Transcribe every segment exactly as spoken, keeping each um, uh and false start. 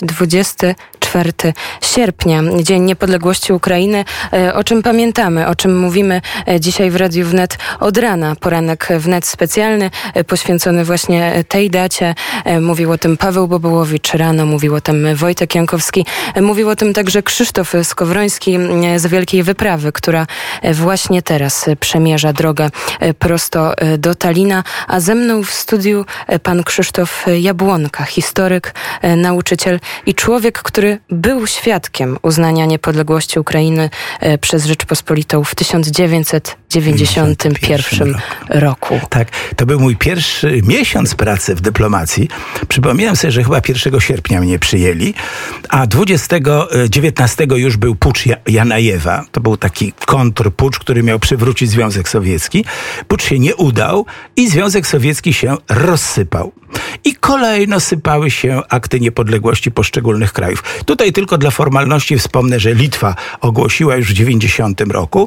dwudziestego czwartego sierpnia, Dzień Niepodległości Ukrainy, o czym pamiętamy, o czym mówimy dzisiaj w Radiu Wnet od rana. Poranek Wnet specjalny, poświęcony właśnie tej dacie. Mówił o tym Paweł Bobołowicz rano, mówił o tym Wojtek Jankowski, mówił o tym także Krzysztof Skowroński z Wielkiej Wyprawy, która właśnie teraz przemierza drogę prosto do Talina, a ze mną w studiu pan Krzysztof Jabłonka, historyk, nauczyciel i człowiek, który był świadkiem uznania niepodległości Ukrainy przez Rzeczpospolitą w tysiąc dziewięćset dziewięćdziesiątym pierwszym roku. Tak, to był mój pierwszy miesiąc pracy w dyplomacji. Przypominam sobie, że chyba pierwszego sierpnia mnie przyjęli, a dwudziestego dziewiętnastego już był pucz Janajewa. To był taki kontrpucz, który miał przywrócić Związek Sowiecki. Pucz się nie udał i Związek Sowiecki się rozsypał. I kolejno sypały się akty niepodległości poszczególnych krajów. Tutaj tylko dla formalności wspomnę, że Litwa ogłosiła już w dziewięćdziesiątym roku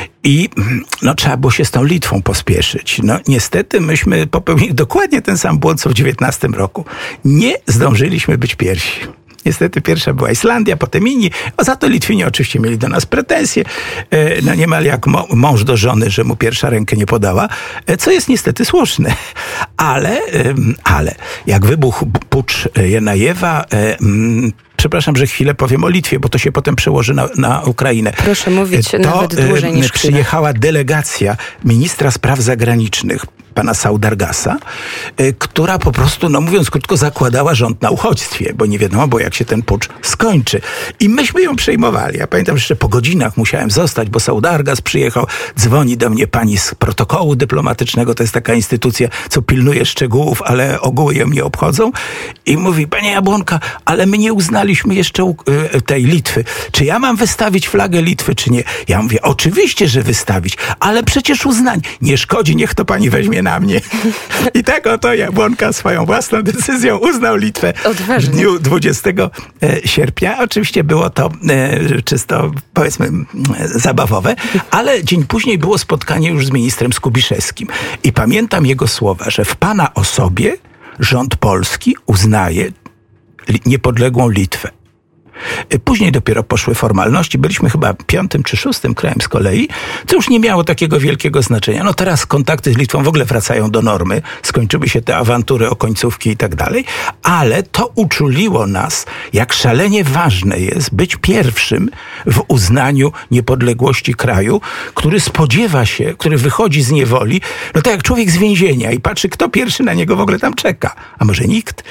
i no, trzeba było się z tą Litwą pospieszyć. No niestety myśmy popełnili dokładnie ten sam błąd, co w dziewiętnastym roku. Nie zdążyliśmy być pierwsi. Niestety pierwsza była Islandia, potem inni. A za to Litwini oczywiście mieli do nas pretensje. No niemal jak mąż do żony, że mu pierwsza rękę nie podała, co jest niestety słuszne. Ale, ale jak wybuchł pucz Janajewa, przepraszam, że chwilę powiem o Litwie, bo to się potem przełoży na, na Ukrainę. Proszę mówić to, nawet dłużej niż przyjechała chwilę. Delegacja ministra spraw zagranicznych, pana Saudargasa, która po prostu, no mówiąc krótko, zakładała rząd na uchodźstwie, bo nie wiadomo, bo jak się ten pucz skończy. I myśmy ją przejmowali. Ja pamiętam, że jeszcze po godzinach musiałem zostać, bo Saudargas przyjechał, dzwoni do mnie pani z protokołu dyplomatycznego, to jest taka instytucja, co pilnuje szczegółów, ale ogóły ją nie obchodzą. I mówi, panie Jabłonka, ale my nie uznaliśmy jeszcze tej Litwy. Czy ja mam wystawić flagę Litwy, czy nie? Ja mówię, oczywiście, że wystawić, ale przecież uznań nie szkodzi, niech to pani weźmie na mnie. I tak oto Jabłonka swoją własną decyzją uznał Litwę Odważnie. W dniu dwudziestego sierpnia. Oczywiście było to e, czysto, powiedzmy, zabawowe, ale dzień później było spotkanie już z ministrem Skubiszewskim. I pamiętam jego słowa, że w pana osobie rząd polski uznaje li- niepodległą Litwę. Później dopiero poszły formalności. Byliśmy chyba piątym czy szóstym krajem z kolei, co już nie miało takiego wielkiego znaczenia. No teraz kontakty z Litwą w ogóle wracają do normy. Skończyły się te awantury o końcówki i tak dalej. Ale to uczuliło nas, jak szalenie ważne jest być pierwszym w uznaniu niepodległości kraju, który spodziewa się, który wychodzi z niewoli, no tak jak człowiek z więzienia i patrzy, kto pierwszy na niego w ogóle tam czeka. A może nikt?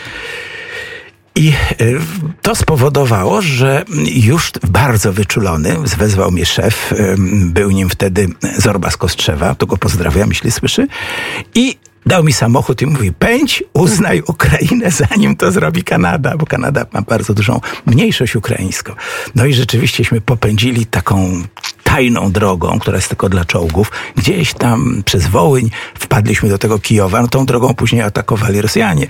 I to spowodowało, że już bardzo wyczulony wezwał mnie szef, był nim wtedy Zorba z Kostrzewa, to go pozdrawiam, jeśli słyszy, i dał mi samochód i mówi, pędź, uznaj Ukrainę, zanim to zrobi Kanada, bo Kanada ma bardzo dużą mniejszość ukraińską. No i rzeczywiścieśmy popędzili taką tajną drogą, która jest tylko dla czołgów. Gdzieś tam przez Wołyń wpadliśmy do tego Kijowa, no tą drogą później atakowali Rosjanie.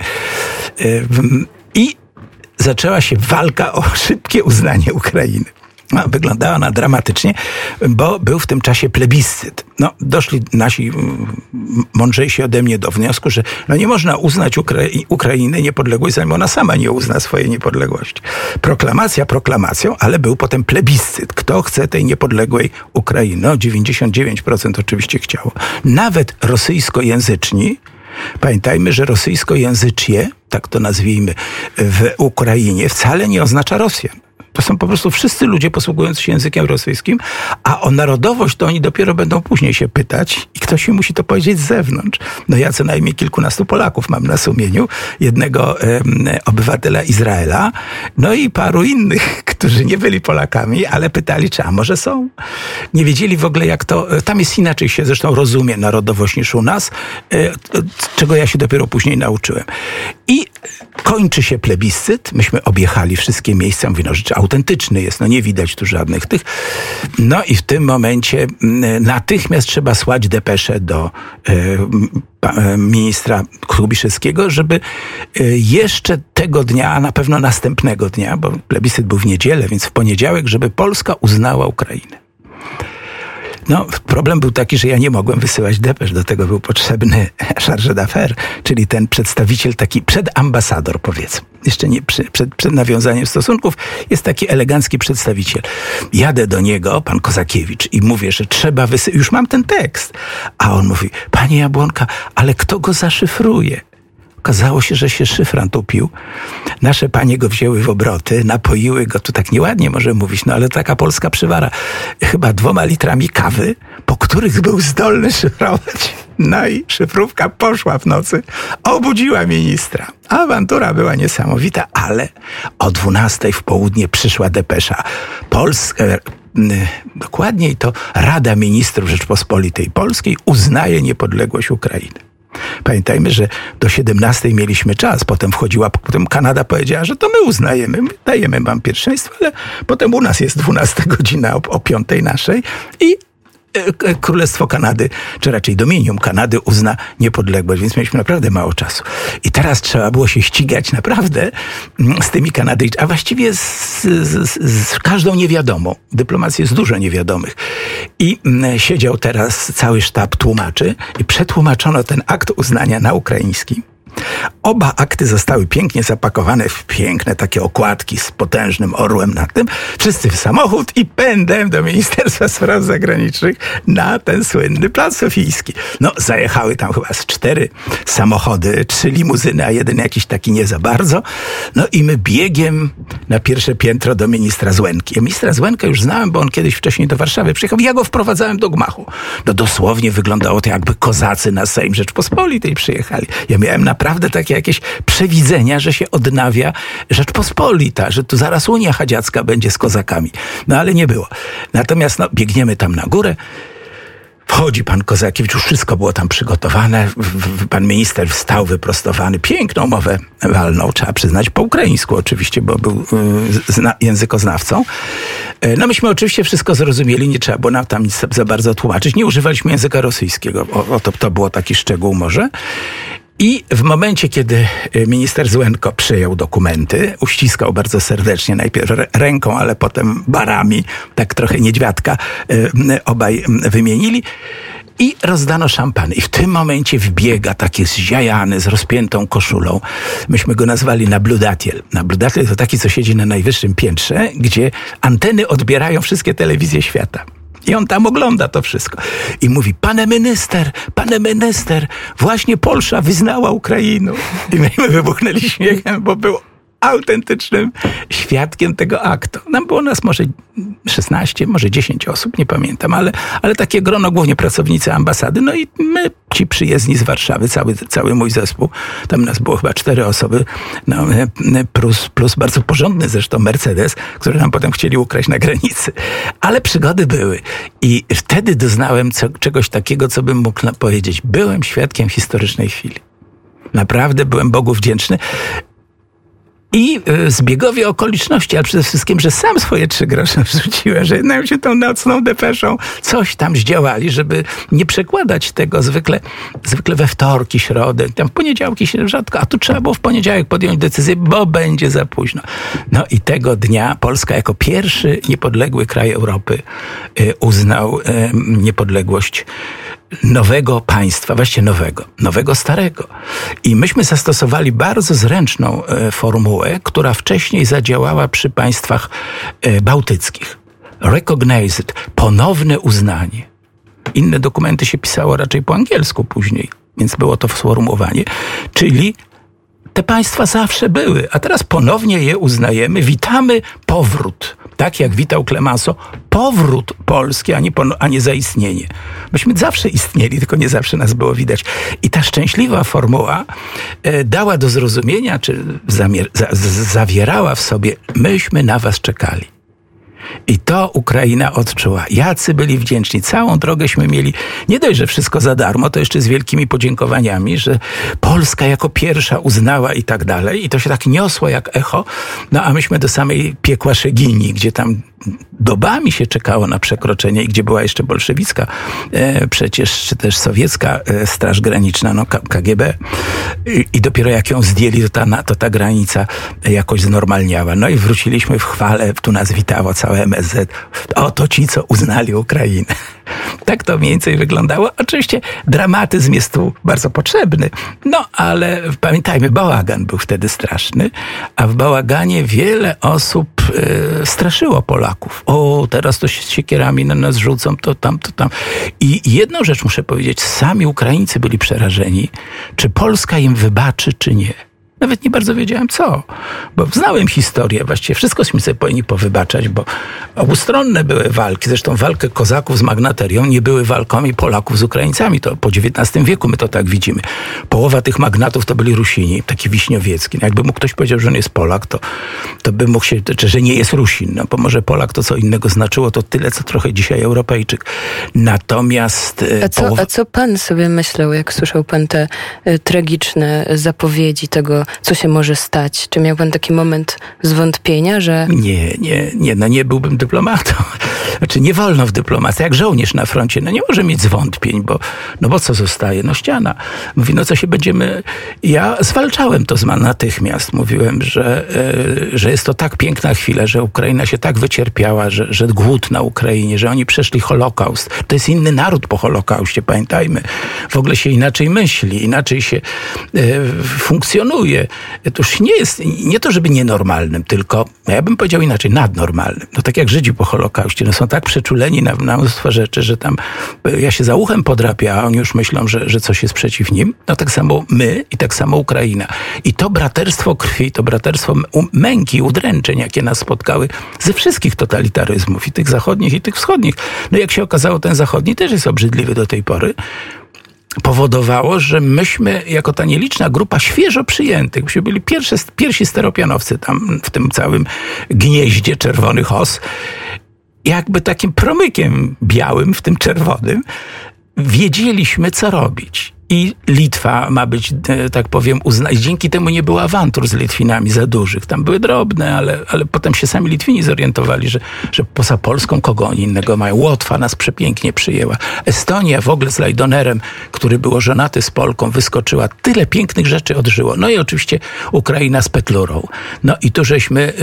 I zaczęła się walka o szybkie uznanie Ukrainy. No, wyglądała ona dramatycznie, bo był w tym czasie plebiscyt. No, doszli nasi mądrzejsi ode mnie do wniosku, że no nie można uznać Ukra- Ukrainy niepodległość, zanim ona sama nie uzna swojej niepodległości. Proklamacja proklamacją, ale był potem plebiscyt. Kto chce tej niepodległej Ukrainy? No, dziewięćdziesiąt dziewięć procent oczywiście chciało. Nawet rosyjskojęzyczni. Pamiętajmy, że rosyjskojęzyczie, tak to nazwijmy, w Ukrainie wcale nie oznacza Rosjan. To są po prostu wszyscy ludzie posługujący się językiem rosyjskim, a o narodowość to oni dopiero będą później się pytać i ktoś im musi to powiedzieć z zewnątrz. No ja co najmniej kilkunastu Polaków mam na sumieniu, jednego e, obywatela Izraela, no i paru innych, którzy nie byli Polakami, ale pytali, czy a może są? Nie wiedzieli w ogóle jak to, tam jest inaczej się zresztą rozumie narodowość niż u nas, e, czego ja się dopiero później nauczyłem. I kończy się plebiscyt, myśmy objechali wszystkie miejsca, mówię, no rzecz autentyczny jest, no nie widać tu żadnych tych. No i w tym momencie natychmiast trzeba słać depeszę do e, ministra Skubiszewskiego, żeby jeszcze tego dnia, a na pewno następnego dnia, bo plebiscyt był w niedzielę, więc w poniedziałek, żeby Polska uznała Ukrainę. No, problem był taki, że ja nie mogłem wysyłać depesz. Do tego był potrzebny chargé d'affaires, czyli ten przedstawiciel, taki przedambasador, powiedzmy. Jeszcze nie przed, przed, przed nawiązaniem stosunków jest taki elegancki przedstawiciel. Jadę do niego, pan Kozakiewicz, i mówię, że trzeba wysyłać. Już mam ten tekst. A on mówi, panie Jabłonka, ale kto go zaszyfruje? Okazało się, że się szyfrant upił. Nasze panie go wzięły w obroty, napoiły go, tu tak nieładnie może mówić, no ale taka polska przywara, chyba dwoma litrami kawy, po których był zdolny szyfrować. No i szyfrówka poszła w nocy, obudziła ministra. Awantura była niesamowita, ale o dwunastej w południe przyszła depesza. Polska, dokładniej to Rada Ministrów Rzeczpospolitej Polskiej uznaje niepodległość Ukrainy. Pamiętajmy, że do siedemnastej mieliśmy czas, potem wchodziła, potem Kanada powiedziała, że to my uznajemy, dajemy wam pierwszeństwo, ale potem u nas jest dwunasta godzina o, o piątej naszej i Królestwo Kanady, czy raczej Dominium Kanady uzna niepodległość, więc mieliśmy naprawdę mało czasu. I teraz trzeba było się ścigać naprawdę z tymi Kanadyjczykami, a właściwie z, z, z każdą niewiadomą. W dyplomacji jest dużo niewiadomych. I siedział teraz cały sztab tłumaczy i przetłumaczono ten akt uznania na ukraiński. Oba akty zostały pięknie zapakowane w piękne takie okładki z potężnym orłem nad tym. Wszyscy w samochód i pędem do Ministerstwa Spraw Zagranicznych na ten słynny Plac Sofijski. No, zajechały tam chyba z cztery samochody, trzy limuzyny, a jeden jakiś taki nie za bardzo. No i my biegiem na pierwsze piętro do ministra Złenki. Ja ministra Złenkę już znałem, bo on kiedyś wcześniej do Warszawy przyjechał. Ja go wprowadzałem do gmachu. No dosłownie wyglądało to, jakby kozacy na Sejm Rzeczpospolitej przyjechali. Ja miałem naprawdę takie jakieś przewidzenia, że się odnawia Rzeczpospolita, że tu zaraz Unia Chadziacka będzie z kozakami. No ale nie było. Natomiast no, biegniemy tam na górę. Wchodzi pan Kozakiewicz, już wszystko było tam przygotowane. Pan minister wstał wyprostowany, piękną mowę walną, trzeba przyznać, po ukraińsku oczywiście, bo był zna- językoznawcą. No myśmy oczywiście wszystko zrozumieli, nie trzeba było nam tam nic za bardzo tłumaczyć. Nie używaliśmy języka rosyjskiego, o, o to, to było taki szczegół może. I w momencie, kiedy minister Złenko przyjął dokumenty, uściskał bardzo serdecznie, najpierw ręką, ale potem barami, tak trochę niedźwiadka, obaj wymienili i rozdano szampany. I w tym momencie wbiega taki zziajany, z rozpiętą koszulą. Myśmy go nazwali nabludatiel. Nabludatiel to taki, co siedzi na najwyższym piętrze, gdzie anteny odbierają wszystkie telewizje świata. I on tam ogląda to wszystko. I mówi, panie minister, panie minister, właśnie Polsza wyznała Ukrainę. I my wybuchnęli śmiechem, bo był autentycznym świadkiem tego aktu. Nam było nas może szesnaście, może dziesięć osób, nie pamiętam, ale, ale takie grono, głównie pracownicy ambasady, no i my, ci przyjezdni z Warszawy, cały, cały mój zespół, tam nas było chyba cztery osoby, no, plus, plus bardzo porządny zresztą Mercedes, który nam potem chcieli ukraść na granicy. Ale przygody były. I wtedy doznałem co, czegoś takiego, co bym mógł powiedzieć. Byłem świadkiem historycznej chwili. Naprawdę byłem Bogu wdzięczny. I zbiegowie okoliczności, ale przede wszystkim, że sam swoje trzy grosze wrzuciłem, że jednak się tą nocną depeszą coś tam zdziałali, żeby nie przekładać tego zwykle, zwykle we wtorki, środę, tam w poniedziałki się rzadko, a tu trzeba było w poniedziałek podjąć decyzję, bo będzie za późno. No i tego dnia Polska jako pierwszy niepodległy kraj Europy uznał niepodległość nowego państwa, właściwie nowego, nowego starego. I myśmy zastosowali bardzo zręczną e, formułę, która wcześniej zadziałała przy państwach e, bałtyckich. Recognized, ponowne uznanie. Inne dokumenty się pisało raczej po angielsku później, więc było to sformułowanie. Czyli te państwa zawsze były, a teraz ponownie je uznajemy, witamy powrót. Tak jak witał Clemenceau, powrót Polski, a nie, pon- a nie zaistnienie. Myśmy zawsze istnieli, tylko nie zawsze nas było widać. I ta szczęśliwa formuła e, dała do zrozumienia, czy zamier- za- z- zawierała w sobie, myśmy na was czekali. I to Ukraina odczuła. Jacy byli wdzięczni. Całą drogęśmy mieli, nie dość, że wszystko za darmo, to jeszcze z wielkimi podziękowaniami, że Polska jako pierwsza uznała i tak dalej. I to się tak niosło jak echo. No a myśmy do samej piekła Szegini, gdzie tam dobami się czekało na przekroczenie i gdzie była jeszcze bolszewicka e, przecież, czy też sowiecka e, Straż Graniczna, no K G B. I, I dopiero jak ją zdjęli, to ta, to ta granica jakoś znormalniała. No i wróciliśmy w chwale, tu nas witało całe M S Z. Oto ci, co uznali Ukrainę. Tak to mniej więcej wyglądało. Oczywiście dramatyzm jest tu bardzo potrzebny, no ale pamiętajmy, bałagan był wtedy straszny, a w bałaganie wiele osób e, straszyło Polaków. O, teraz to się z siekierami na nas rzucą, to tam, to tam. I jedną rzecz muszę powiedzieć, sami Ukraińcy byli przerażeni, czy Polska im wybaczy, czy nie. Nawet nie bardzo wiedziałem co, bo znałem historię, właściwie wszystkośmy sobie powinni powybaczać, bo obustronne były walki, zresztą walkę kozaków z magnaterią nie były walkami Polaków z Ukraińcami, to po dziewiętnastym wieku my to tak widzimy. Połowa tych magnatów to byli Rusini, taki Wiśniowiecki. No jakby mu ktoś powiedział, że on jest Polak, to, to by mógł się, czy że nie jest Rusin, no bo może Polak to co innego znaczyło, to tyle, co trochę dzisiaj Europejczyk. Natomiast... A co, połowa... a co pan sobie myślał, jak słyszał pan te y, tragiczne zapowiedzi tego, co się może stać? Czy miał pan taki moment zwątpienia, że... Nie, nie, nie, no nie byłbym dyplomatą. Znaczy nie wolno w dyplomacji, jak żołnierz na froncie, no nie może mieć zwątpień, bo, no bo co zostaje? No ściana. Mówi, no co się będziemy... Ja zwalczałem to natychmiast. Mówiłem, że, e, że jest to tak piękna chwila, że Ukraina się tak wycierpiała, że, że głód na Ukrainie, że oni przeszli Holokaust. To jest inny naród po Holokauście, pamiętajmy. W ogóle się inaczej myśli, inaczej się e, funkcjonuje. To już nie jest, nie to żeby nienormalnym, tylko, ja bym powiedział inaczej, nadnormalnym. No tak jak Żydzi po Holokauście, no są tak przeczuleni na, na mnóstwo rzeczy, że tam ja się za uchem podrapię, a oni już myślą, że, że coś jest przeciw nim. No tak samo my i tak samo Ukraina. I to braterstwo krwi, to braterstwo męki, udręczeń, jakie nas spotkały ze wszystkich totalitaryzmów, i tych zachodnich, i tych wschodnich. No jak się okazało, ten zachodni też jest obrzydliwy do tej pory. Powodowało, że myśmy, jako ta nieliczna grupa świeżo przyjętych, myśmy byli pierwsze, pierwsi steropianowcy tam w tym całym gnieździe czerwonych os, jakby takim promykiem białym w tym czerwonym, wiedzieliśmy, co robić. I Litwa ma być, tak powiem, uznana. Dzięki temu nie było awantur z Litwinami za dużych. Tam były drobne, ale, ale potem się sami Litwini zorientowali, że, że poza Polską kogo oni innego mają. Łotwa nas przepięknie przyjęła. Estonia w ogóle z Lajdonerem, który był żonaty z Polką, wyskoczyła. Tyle pięknych rzeczy odżyło. No i oczywiście Ukraina z Petlurą. No i tu żeśmy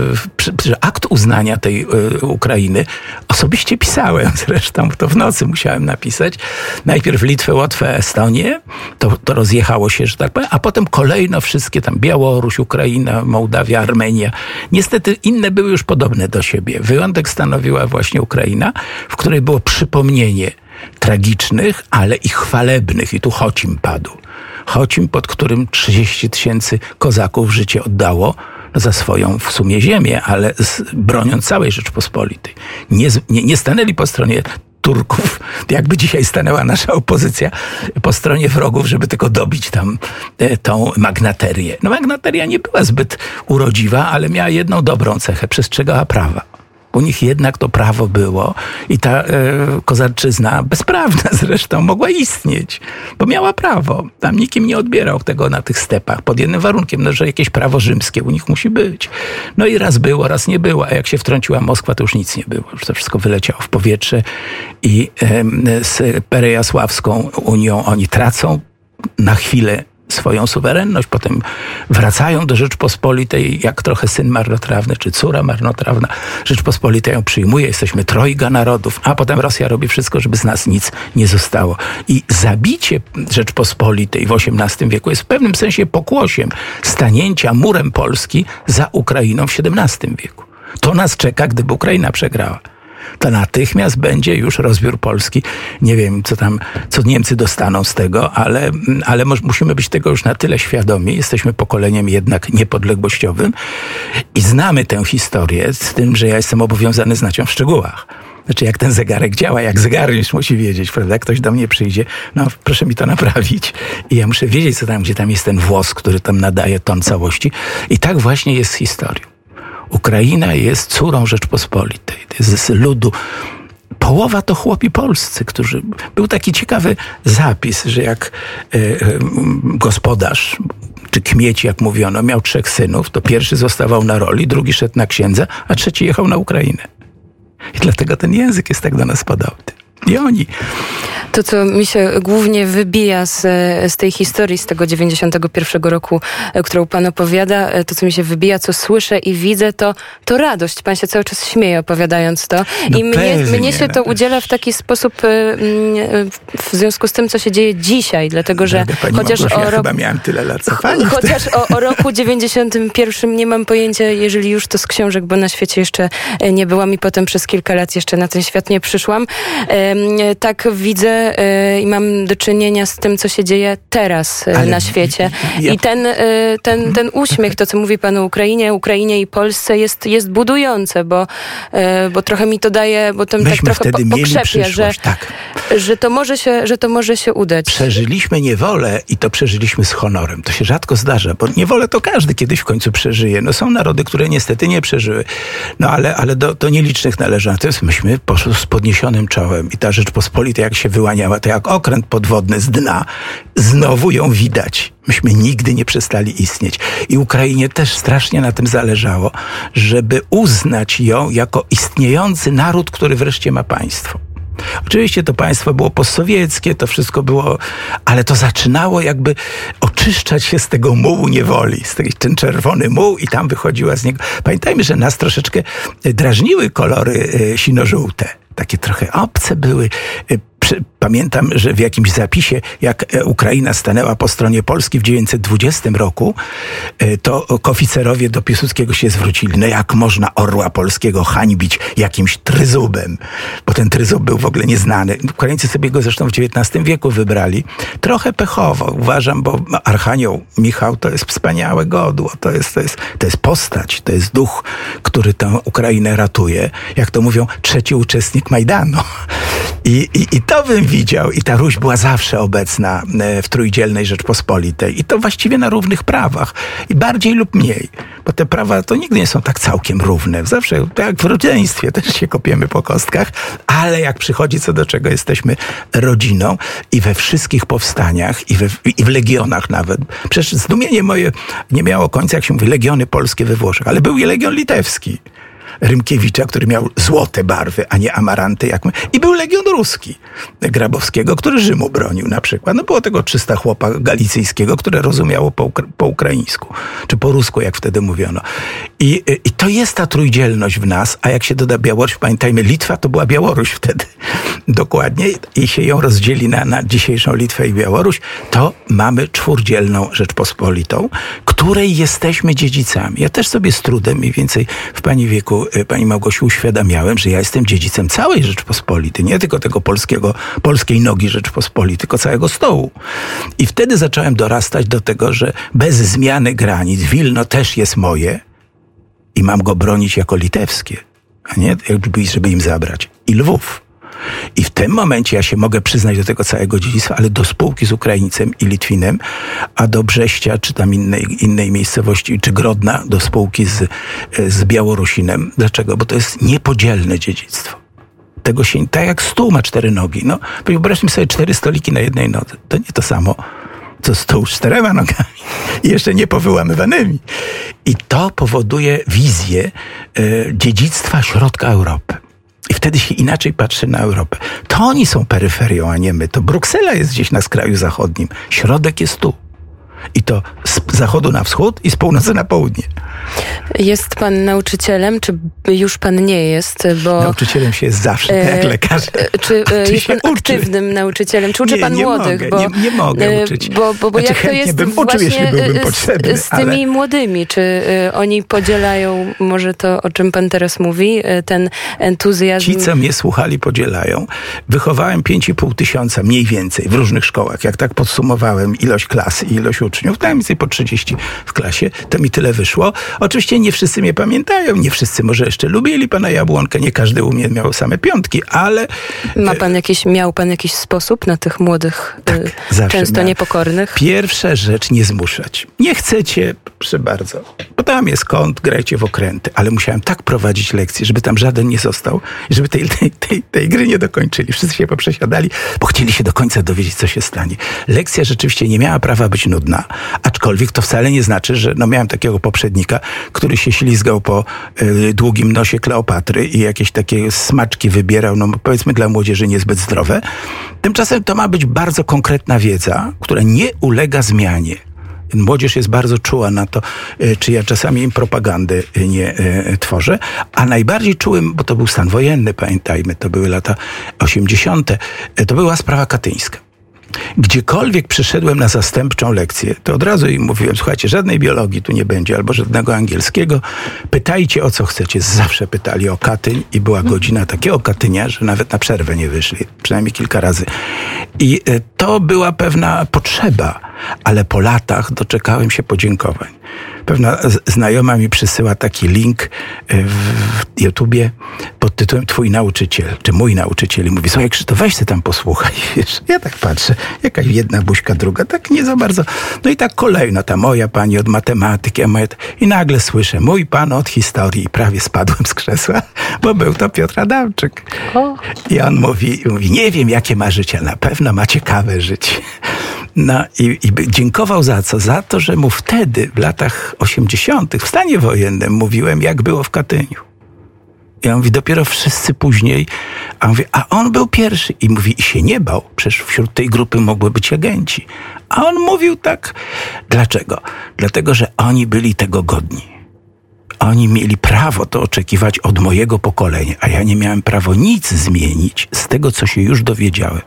yy, akt uznania tej yy, Ukrainy osobiście pisałem. Zresztą to w nocy musiałem napisać. Najpierw Litwę, Łotwę, Estonię. To, to rozjechało się, że tak powiem, a potem kolejno wszystkie tam Białoruś, Ukraina, Mołdawia, Armenia. Niestety inne były już podobne do siebie. Wyjątek stanowiła właśnie Ukraina, w której było przypomnienie tragicznych, ale i chwalebnych. I tu Chocim padł. Chocim, pod którym trzydzieści tysięcy kozaków życie oddało za swoją w sumie ziemię, ale z, broniąc całej Rzeczpospolitej. Nie, nie, nie stanęli po stronie Turków, jakby dzisiaj stanęła nasza opozycja po stronie wrogów, żeby tylko dobić tam e, tą magnaterię. No magnateria nie była zbyt urodziwa, ale miała jedną dobrą cechę, przestrzegała prawa. U nich jednak to prawo było i ta e, kozaczyzna, bezprawna zresztą, mogła istnieć, bo miała prawo. Tam nikim nie odbierał tego na tych stepach, pod jednym warunkiem, no, że jakieś prawo rzymskie u nich musi być. No i raz było, raz nie było, a jak się wtrąciła Moskwa, to już nic nie było. Już to wszystko wyleciało w powietrze i e, z Perejasławską Unią oni tracą na chwilę swoją suwerenność, potem wracają do Rzeczpospolitej, jak trochę syn marnotrawny, czy córa marnotrawna. Rzeczpospolita ją przyjmuje, jesteśmy trojga narodów, a potem Rosja robi wszystko, żeby z nas nic nie zostało. I zabicie Rzeczpospolitej w osiemnastym wieku jest w pewnym sensie pokłosiem stanięcia murem Polski za Ukrainą w siedemnastym wieku. To nas czeka, gdyby Ukraina przegrała. To natychmiast będzie już rozbiór Polski. Nie wiem, co tam, co Niemcy dostaną z tego, ale, ale musimy być tego już na tyle świadomi. Jesteśmy pokoleniem jednak niepodległościowym i znamy tę historię z tym, że ja jestem obowiązany znać ją w szczegółach. Znaczy, jak ten zegarek działa, jak zegarmistrz musi wiedzieć, prawda? Ktoś do mnie przyjdzie, no proszę mi to naprawić. I ja muszę wiedzieć, co tam, gdzie tam jest ten włos, który tam nadaje ton całości. I tak właśnie jest z historią. Ukraina jest córą Rzeczpospolitej. To jest z ludu. Połowa to chłopi polscy, którzy... Był taki ciekawy zapis, że jak e, e, gospodarz, czy kmieć, jak mówiono, miał trzech synów, to pierwszy zostawał na roli, drugi szedł na księdza, a trzeci jechał na Ukrainę. I dlatego ten język jest tak do nas podobny. i oni. To, co mi się głównie wybija z, z tej historii, z tego dziewięćdziesiątego pierwszego roku, którą pan opowiada, to, co mi się wybija, co słyszę i widzę, to, to radość. Pan się cały czas śmieje, opowiadając to. No I mnie, pewnie, mnie się to udziela w taki sposób w związku z tym, co się dzieje dzisiaj, dlatego, że Pani chociaż Małgosia, o ja roku... chyba miałem tyle lat, co pani. Chociaż o, o roku dziewięćdziesiątym pierwszym nie mam pojęcia, jeżeli już to z książek, bo na świecie jeszcze nie byłam i potem przez kilka lat jeszcze na ten świat nie przyszłam. Tak widzę i mam do czynienia z tym, co się dzieje teraz Ale na świecie. Ja... I ten, ten, ten uśmiech, to co mówi pan o Ukrainie, Ukrainie i Polsce jest, jest budujące, bo, bo trochę mi to daje, bo to tak trochę po, pokrzepia, że, tak. że, to może się, że to może się udać. Przeżyliśmy niewolę i to przeżyliśmy z honorem. To się rzadko zdarza, bo niewolę to każdy kiedyś w końcu przeżyje. No są narody, które niestety nie przeżyły. No ale, ale do, do nielicznych należy. Natomiast myśmy poszli z podniesionym czołem i ta Rzeczpospolita, jak się wyłaniała, to jak okręt podwodny z dna, znowu ją widać. Myśmy nigdy nie przestali istnieć. I Ukrainie też strasznie na tym zależało, żeby uznać ją jako istniejący naród, który wreszcie ma państwo. Oczywiście to państwo było postsowieckie, to wszystko było, ale to zaczynało jakby oczyszczać się z tego mułu niewoli, z tej, ten czerwony muł i tam wychodziła z niego. Pamiętajmy, że nas troszeczkę drażniły kolory sino-żółte. Takie trochę obce były. Pamiętam, że w jakimś zapisie, jak Ukraina stanęła po stronie Polski w dziewięćset dwudziestym roku, to oficerowie do Piłsudskiego się zwrócili. No jak można orła polskiego hańbić jakimś tryzubem? Bo ten tryzub był w ogóle nieznany. Ukraińcy sobie go zresztą w dziewiętnastym wieku wybrali. Trochę pechowo, uważam, bo Archanioł Michał to jest wspaniałe godło. To jest, to jest, to jest postać, to jest duch, który tę Ukrainę ratuje. Jak to mówią, trzeci uczestnik Majdanu. I, i, i to bym widział. I ta Ruś była zawsze obecna w Trójdzielnej Rzeczpospolitej. I to właściwie na równych prawach. I bardziej lub mniej. Bo te prawa to nigdy nie są tak całkiem równe. Zawsze, tak jak w rodzeństwie, też się kopiemy po kostkach. Ale jak przychodzi co do czego, jesteśmy rodziną. I we wszystkich powstaniach, i, we, i w legionach nawet. Przecież zdumienie moje nie miało końca, jak się mówi, legiony polskie we Włoszech. Ale był i legion litewski. Rymkiewicza, który miał złote barwy, a nie amaranty jak my. I był legion ruski Grabowskiego, który Rzymu bronił na przykład. No było tego trzysta chłopa galicyjskiego, które rozumiało po, ukra- po ukraińsku, czy po rusku, jak wtedy mówiono. I, I to jest ta trójdzielność w nas, a jak się doda Białoruś, pamiętajmy, Litwa to była Białoruś wtedy. Dokładnie. I się ją rozdzieli na, na dzisiejszą Litwę i Białoruś, to mamy czwórdzielną Rzeczpospolitą, której jesteśmy dziedzicami. Ja też sobie z trudem, mniej więcej w pani wieku, pani Małgosiu, uświadamiałem, że ja jestem dziedzicem całej Rzeczpospolitej, nie tylko tego polskiego, polskiej nogi Rzeczpospolitej, tylko całego stołu. I wtedy zacząłem dorastać do tego, że bez zmiany granic Wilno też jest moje i mam go bronić jako litewskie, a nie jakby, żeby im zabrać. I Lwów. I w tym momencie ja się mogę przyznać do tego całego dziedzictwa, ale do spółki z Ukraińcem i Litwinem, a do Brześcia, czy tam innej, innej miejscowości, czy Grodna, do spółki z, z Białorusinem. Dlaczego? Bo to jest niepodzielne dziedzictwo. Tego się, tak jak stół ma cztery nogi. No, wyobraźmy sobie cztery stoliki na jednej nodze. To nie to samo, co stół z czterema nogami. I jeszcze nie powyłamywanymi. I to powoduje wizję e, dziedzictwa środka Europy. I wtedy się inaczej patrzy na Europę. To oni są peryferią, a nie my. To Bruksela jest gdzieś na skraju zachodnim. Środek jest tu. I to z zachodu na wschód i z północy na południe. Jest pan nauczycielem, czy już pan nie jest? Bo nauczycielem się jest zawsze, tak jak lekarz. Czy, czy jest pan uczy? aktywnym nauczycielem? Czy uczy nie, pan nie młodych? Mogę, bo, nie, nie mogę uczyć. Bo, bo, bo znaczy, jak to jest bym właśnie uczył, jeśli byłbym potrzebny, z, z tymi ale... młodymi? Czy y, oni podzielają może to, o czym pan teraz mówi, y, ten entuzjazm? Ci, co mnie słuchali, podzielają. Wychowałem pięć i pół tysiąca mniej więcej w różnych szkołach. Jak tak podsumowałem ilość klas i ilość uczniów, mniej więcej po trzydzieści w klasie, to mi tyle wyszło. Oczywiście nie wszyscy mnie pamiętają, nie wszyscy może jeszcze lubili pana Jabłonkę, nie każdy u mnie miał same piątki, ale... Ma pan jakiś, miał pan jakiś sposób na tych młodych, tak, y, często miałem. niepokornych? Pierwsza rzecz, nie zmuszać. Nie chcecie, proszę bardzo, bo tam jest kąt, grajcie w okręty, ale musiałem tak prowadzić lekcje, żeby tam żaden nie został i żeby tej, tej, tej, tej gry nie dokończyli. Wszyscy się poprzesiadali, bo chcieli się do końca dowiedzieć, co się stanie. Lekcja rzeczywiście nie miała prawa być nudna. ja, aczkolwiek to wcale nie znaczy, że no miałem takiego poprzednika, który się ślizgał po y, długim nosie Kleopatry i jakieś takie smaczki wybierał, no powiedzmy dla młodzieży niezbyt zdrowe. Tymczasem to ma być bardzo konkretna wiedza, która nie ulega zmianie. Młodzież jest bardzo czuła na to, czy ja czasami im propagandy nie e, tworzę, a najbardziej czułym, bo to był stan wojenny, pamiętajmy, to były lata osiemdziesiąte, to była sprawa katyńska. Gdziekolwiek przyszedłem na zastępczą lekcję, to od razu im mówiłem, słuchajcie, żadnej biologii tu nie będzie, albo żadnego angielskiego, pytajcie o co chcecie. Zawsze pytali o Katyń i była godzina takiego Katynia, że nawet na przerwę nie wyszli, przynajmniej kilka razy. I to była pewna potrzeba, ale po latach doczekałem się podziękowań. Pewna znajoma mi przysyła taki link w YouTubie pod tytułem Twój nauczyciel, czy mój nauczyciel. I mówi, słuchaj Krzysztof, weź się tam posłuchaj. Wiesz, ja tak patrzę, jakaś jedna buźka, druga, tak nie za bardzo. No i tak kolejno, ta moja pani od matematyki, a moja... I nagle słyszę, mój pan od historii. I prawie spadłem z krzesła, bo był to Piotr Adamczyk. O. I on mówi, mówi, nie wiem jakie ma życie, na pewno ma ciekawe życie. No i, i dziękował za co? Za to, że mu wtedy, w latach osiemdziesiątych w stanie wojennym mówiłem, jak było w Katyniu. I on mówi, dopiero wszyscy później, a on mówi, a on był pierwszy. I mówi, i się nie bał, przecież wśród tej grupy mogły być agenci. A on mówił tak. Dlaczego? Dlatego, że oni byli tego godni. Oni mieli prawo to oczekiwać od mojego pokolenia, a ja nie miałem prawa nic zmienić z tego, co się już dowiedziałem.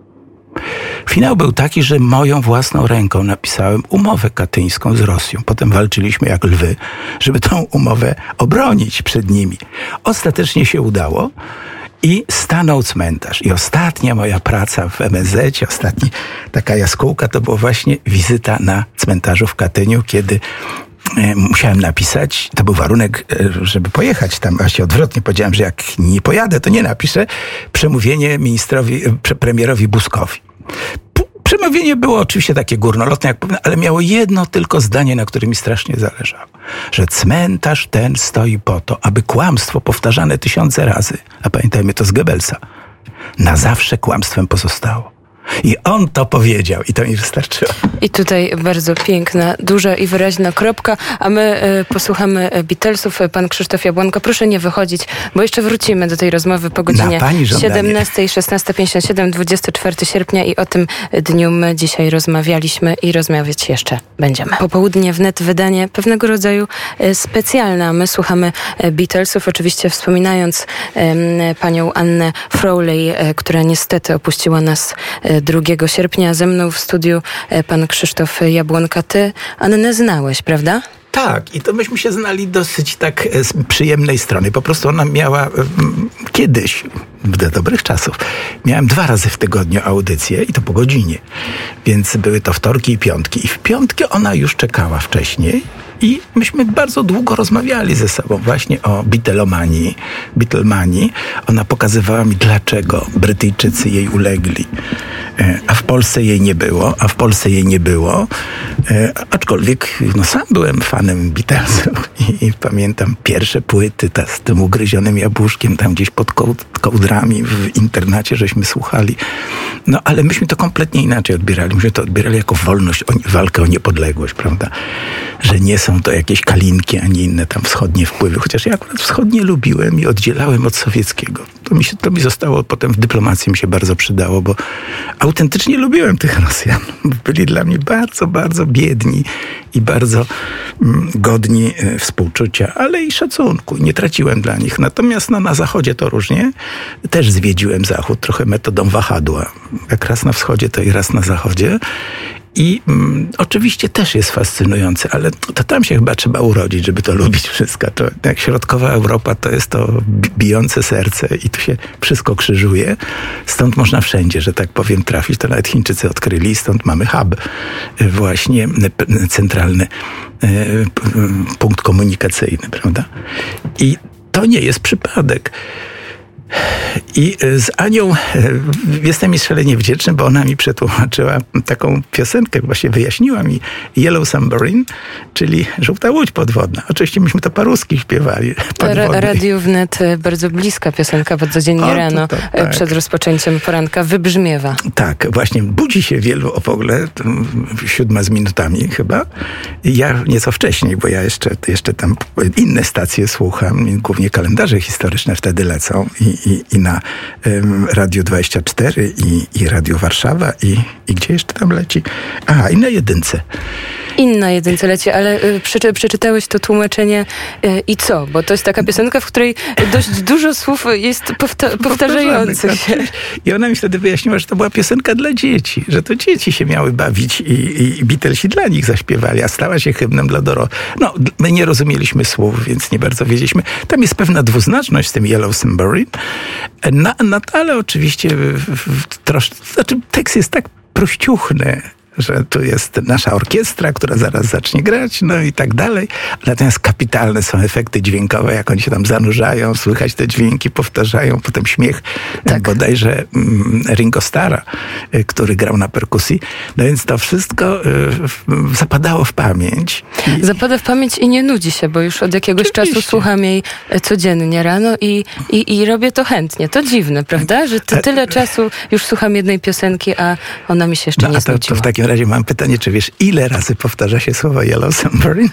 Finał był taki, że moją własną ręką napisałem umowę katyńską z Rosją. Potem walczyliśmy jak lwy, żeby tą umowę obronić przed nimi. Ostatecznie się udało i stanął cmentarz. I ostatnia moja praca w M S Z, ostatnia taka jaskółka, to była właśnie wizyta na cmentarzu w Katyniu, kiedy musiałem napisać, to był warunek, żeby pojechać tam, właśnie odwrotnie powiedziałem, że jak nie pojadę, to nie napiszę, przemówienie ministrowi, premierowi Buzkowi. Przemówienie było oczywiście takie górnolotne, jak powiem, ale miało jedno tylko zdanie, na którym mi strasznie zależało. Że cmentarz ten stoi po to, aby kłamstwo powtarzane tysiące razy, a pamiętajmy to z Goebbelsa, na zawsze kłamstwem pozostało. I on to powiedział i to mi wystarczyło. I tutaj bardzo piękna, duża i wyraźna kropka, a my y, posłuchamy Beatlesów. Pan Krzysztof Jabłonka, proszę nie wychodzić, bo jeszcze wrócimy do tej rozmowy po godzinie siedemnastej, szesnasta pięćdziesiąt siedem, dwudziestego czwartego sierpnia i o tym dniu my dzisiaj rozmawialiśmy i rozmawiać jeszcze będziemy. Popołudnie wnet wydanie pewnego rodzaju y, specjalne. My słuchamy Beatlesów, oczywiście wspominając y, panią Annę Frawley, y, która niestety opuściła nas y, drugiego sierpnia. Ze mną w studiu pan Krzysztof Jabłonka. Ty Annę znałeś, prawda? Tak, i to myśmy się znali dosyć tak z przyjemnej strony. Po prostu ona miała um, kiedyś, do dobrych czasów, miałem dwa razy w tygodniu audycję i to po godzinie. Więc były to wtorki i piątki. I w piątki ona już czekała wcześniej. I myśmy bardzo długo rozmawiali ze sobą właśnie o Beatlemanii. Beatlemanii. Ona pokazywała mi, dlaczego Brytyjczycy jej ulegli. A w Polsce jej nie było, a w Polsce jej nie było. Aczkolwiek no, sam byłem fanem Beatlesów i, i pamiętam pierwsze płyty ta, z tym ugryzionym jabłuszkiem tam gdzieś pod kołd- kołdrami w internacie, żeśmy słuchali. No ale myśmy to kompletnie inaczej odbierali. Myśmy to odbierali jako wolność, o, walkę o niepodległość, prawda? Że nie są to jakieś kalinki, ani inne tam wschodnie wpływy. Chociaż ja akurat wschodnie lubiłem i oddzielałem od sowieckiego. To mi, się, to mi zostało potem w dyplomacji mi się bardzo przydało, bo autentycznie lubiłem tych Rosjan. Byli dla mnie bardzo, bardzo biedni i bardzo mm, godni e, współczucia, ale i szacunku. Nie traciłem dla nich. Natomiast no, na Zachodzie to różnie. Też zwiedziłem Zachód trochę metodą wahadła. Jak raz na wschodzie, to i raz na zachodzie. I mm, oczywiście też jest fascynujące, ale to tam się chyba trzeba urodzić, żeby to lubić wszystko. To, jak środkowa Europa, to jest to bijące serce i tu się wszystko krzyżuje. Stąd można wszędzie, że tak powiem, trafić. To nawet Chińczycy odkryli, stąd mamy hub, właśnie centralny punkt komunikacyjny, prawda? I to nie jest przypadek. I z Anią jestem jej szalenie wdzięczny, bo ona mi przetłumaczyła taką piosenkę, właśnie wyjaśniła mi Yellow Submarine, czyli Żółta Łódź Podwodna. Oczywiście myśmy to po ruski śpiewali. Ra- Radiu Wnet, bardzo bliska piosenka, bo codziennie o, rano to, to, tak. przed rozpoczęciem poranka wybrzmiewa. Tak, właśnie budzi się wielu w ogóle, siódma z minutami chyba. Ja nieco wcześniej, bo ja jeszcze, jeszcze tam inne stacje słucham, głównie kalendarze historyczne wtedy lecą i, i, i na um, Radiu dwadzieścia cztery i, i Radiu Warszawa i, i gdzie jeszcze tam leci? Aha, i na jedynce. Inna jedynce leci, ale y, przeczy, przeczytałeś to tłumaczenie y, i co? Bo to jest taka piosenka, w której dość dużo słów jest powta- powtarzających się. I ona mi wtedy wyjaśniła, że to była piosenka dla dzieci, że to dzieci się miały bawić i, i Beatlesi dla nich zaśpiewali, a stała się hymnem dla dorosłych. No, my nie rozumieliśmy słów, więc nie bardzo wiedzieliśmy. Tam jest pewna dwuznaczność z tym Yellow Submarine, no, no, ale oczywiście trosz, znaczy tekst jest tak prościuchny, że tu jest nasza orkiestra, która zaraz zacznie grać, no i tak dalej. Natomiast kapitalne są efekty dźwiękowe, jak oni się tam zanurzają, słychać te dźwięki, powtarzają, potem śmiech tak. bodajże Ringo Starra, który grał na perkusji. No więc to wszystko zapadało w pamięć. I... Zapada w pamięć i nie nudzi się, bo już od jakiegoś Oczywiście. czasu słucham jej codziennie rano i, i, i robię to chętnie. To dziwne, prawda? Że ty, tyle czasu już słucham jednej piosenki, a ona mi się jeszcze no, nie a to, znudziła. To w takim W razie mam pytanie, czy wiesz, ile razy powtarza się słowo Yellow Submarine?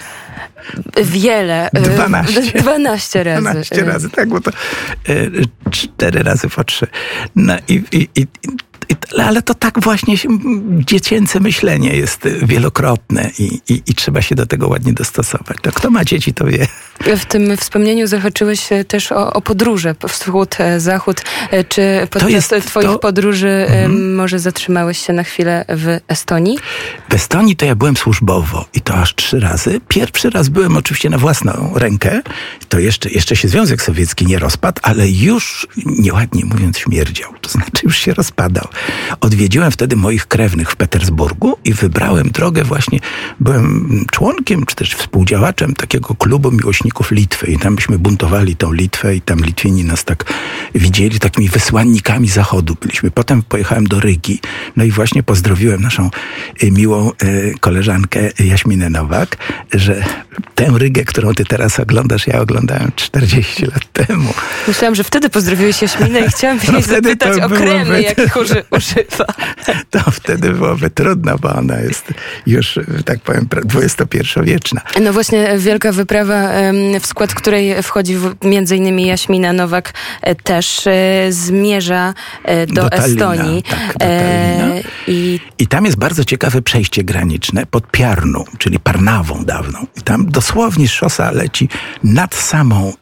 Wiele. Dwanaście. Dwanaście razy. Dwanaście razy, tak, bo to y, cztery razy po trzy. No i, i, i, i ale to tak właśnie się, dziecięce myślenie jest wielokrotne i, i, i trzeba się do tego ładnie dostosować. To kto ma dzieci, to wie. W tym wspomnieniu zahaczyłeś też o, o podróże, wschód, zachód. Czy podczas jest, twoich to... podróży mhm. może zatrzymałeś się na chwilę w Estonii? W Estonii to ja byłem służbowo i to aż trzy razy. Pierwszy raz byłem oczywiście na własną rękę. To jeszcze, jeszcze się Związek Sowiecki nie rozpadł, ale już nieładnie mówiąc śmierdział. To znaczy już się rozpadał. Odwiedziłem wtedy moich krewnych w Petersburgu i wybrałem drogę właśnie, byłem członkiem, czy też współdziałaczem takiego klubu miłośników Litwy i tam byśmy buntowali tą Litwę i tam Litwini nas tak widzieli, takimi wysłannikami Zachodu byliśmy. Potem pojechałem do Rygi, no i właśnie pozdrowiłem naszą miłą koleżankę Jaśminę Nowak, że tę Rygę, którą ty teraz oglądasz, ja oglądałem czterdzieści lat temu. Myślałam, że wtedy pozdrowiłeś Jaśminę i chciałam no jej zapytać o kremy, jakich uży, używa. To wtedy byłoby trudno, bo ona jest już, tak powiem, dwudziestopierwowieczna. No właśnie, wielka wyprawa, w skład której wchodzi między innymi Jaśmina Nowak, też zmierza do, do Estonii. Tak, do Tallina. I... I tam jest bardzo ciekawe przejście graniczne pod Piarną, czyli Parnawą dawną. I tam dosłownie szosa leci nad samą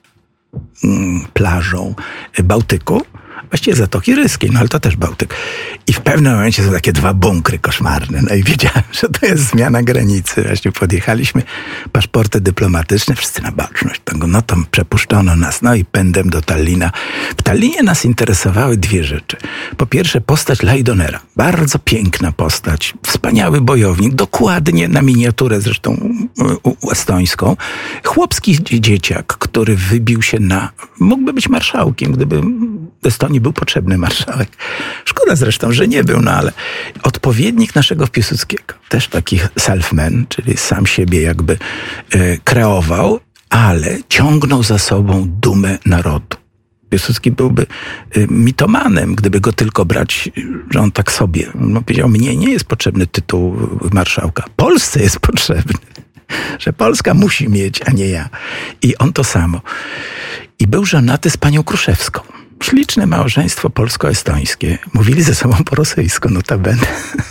mm, plażą Bałtyku. Właściwie Zatoki Ryskiej, no ale to też Bałtyk. I w pewnym momencie są takie dwa bunkry koszmarne. No i wiedziałem, że to jest zmiana granicy. Właśnie podjechaliśmy, paszporty dyplomatyczne, wszyscy na baczność. No to przepuszczono nas, no i pędem do Tallina. W Tallinie nas interesowały dwie rzeczy. Po pierwsze postać Lajdonera. Bardzo piękna postać, wspaniały bojownik, dokładnie na miniaturę zresztą estońską. Chłopski dzieciak, który wybił się na... Mógłby być marszałkiem, gdyby Estonii był potrzebny marszałek. Szkoda zresztą, że nie był, no ale odpowiednik naszego Piłsudskiego, też taki self-man, czyli sam siebie jakby e, kreował, ale ciągnął za sobą dumę narodu. Piłsudski byłby e, mitomanem, gdyby go tylko brać, że on tak sobie no, powiedział, mnie nie jest potrzebny tytuł marszałka. Polsce jest potrzebny. Że Polska musi mieć, a nie ja. I on to samo. I był żonaty z panią Kruszewską. Śliczne małżeństwo polsko-estońskie. Mówili ze sobą po rosyjsku, notabene.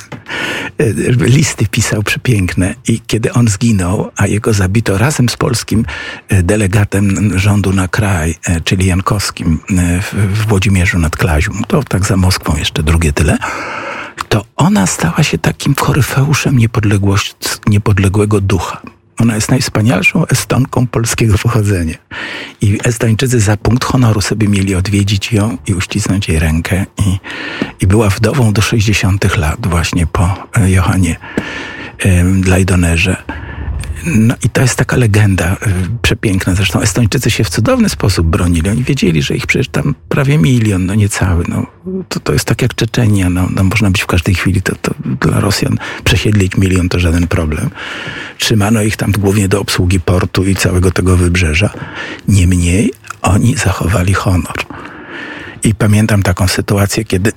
Listy pisał przepiękne i kiedy on zginął, a jego zabito razem z polskim delegatem rządu na kraj, czyli Jankowskim w Włodzimierzu nad Klazią, to tak za Moskwą jeszcze drugie tyle, to ona stała się takim koryfeuszem niepodległego ducha. Ona jest najwspanialszą Estonką polskiego pochodzenia. I Estończycy za punkt honoru sobie mieli odwiedzić ją i uścisnąć jej rękę. I, i była wdową do sześćdziesiątych lat właśnie po Johanie Lajdonerze. No i to jest taka legenda y, przepiękna. Zresztą Estończycy się w cudowny sposób bronili. Oni wiedzieli, że ich przecież tam prawie milion, no niecały. No, to, to jest tak jak Czeczenia. No, no można być w każdej chwili. To, to dla Rosjan przesiedlić milion to żaden problem. Trzymano ich tam głównie do obsługi portu i całego tego wybrzeża. Niemniej oni zachowali honor. I pamiętam taką sytuację, kiedy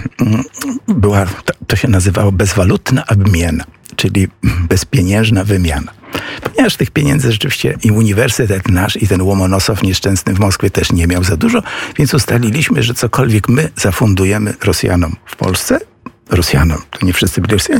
była, to się nazywało bezwalutna obmiana, czyli bezpieniężna wymiana. Ponieważ tych pieniędzy rzeczywiście i uniwersytet nasz, i ten Łomonosow nieszczęsny w Moskwie też nie miał za dużo, więc ustaliliśmy, że cokolwiek my zafundujemy Rosjanom w Polsce, Rosjanom, to nie wszyscy byli Rosjanie,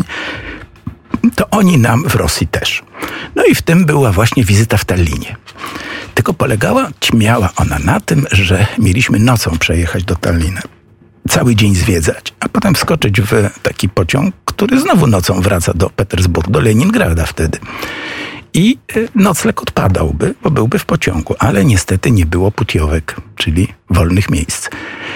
to oni nam w Rosji też. No i w tym była właśnie wizyta w Tallinie. Tylko polegała, ćmiała ona na tym, że mieliśmy nocą przejechać do Tallina. Cały dzień zwiedzać, a potem wskoczyć w taki pociąg, który znowu nocą wraca do Petersburga, do Leningrada wtedy. I nocleg odpadałby, bo byłby w pociągu, ale niestety nie było putiówek, czyli wolnych miejsc.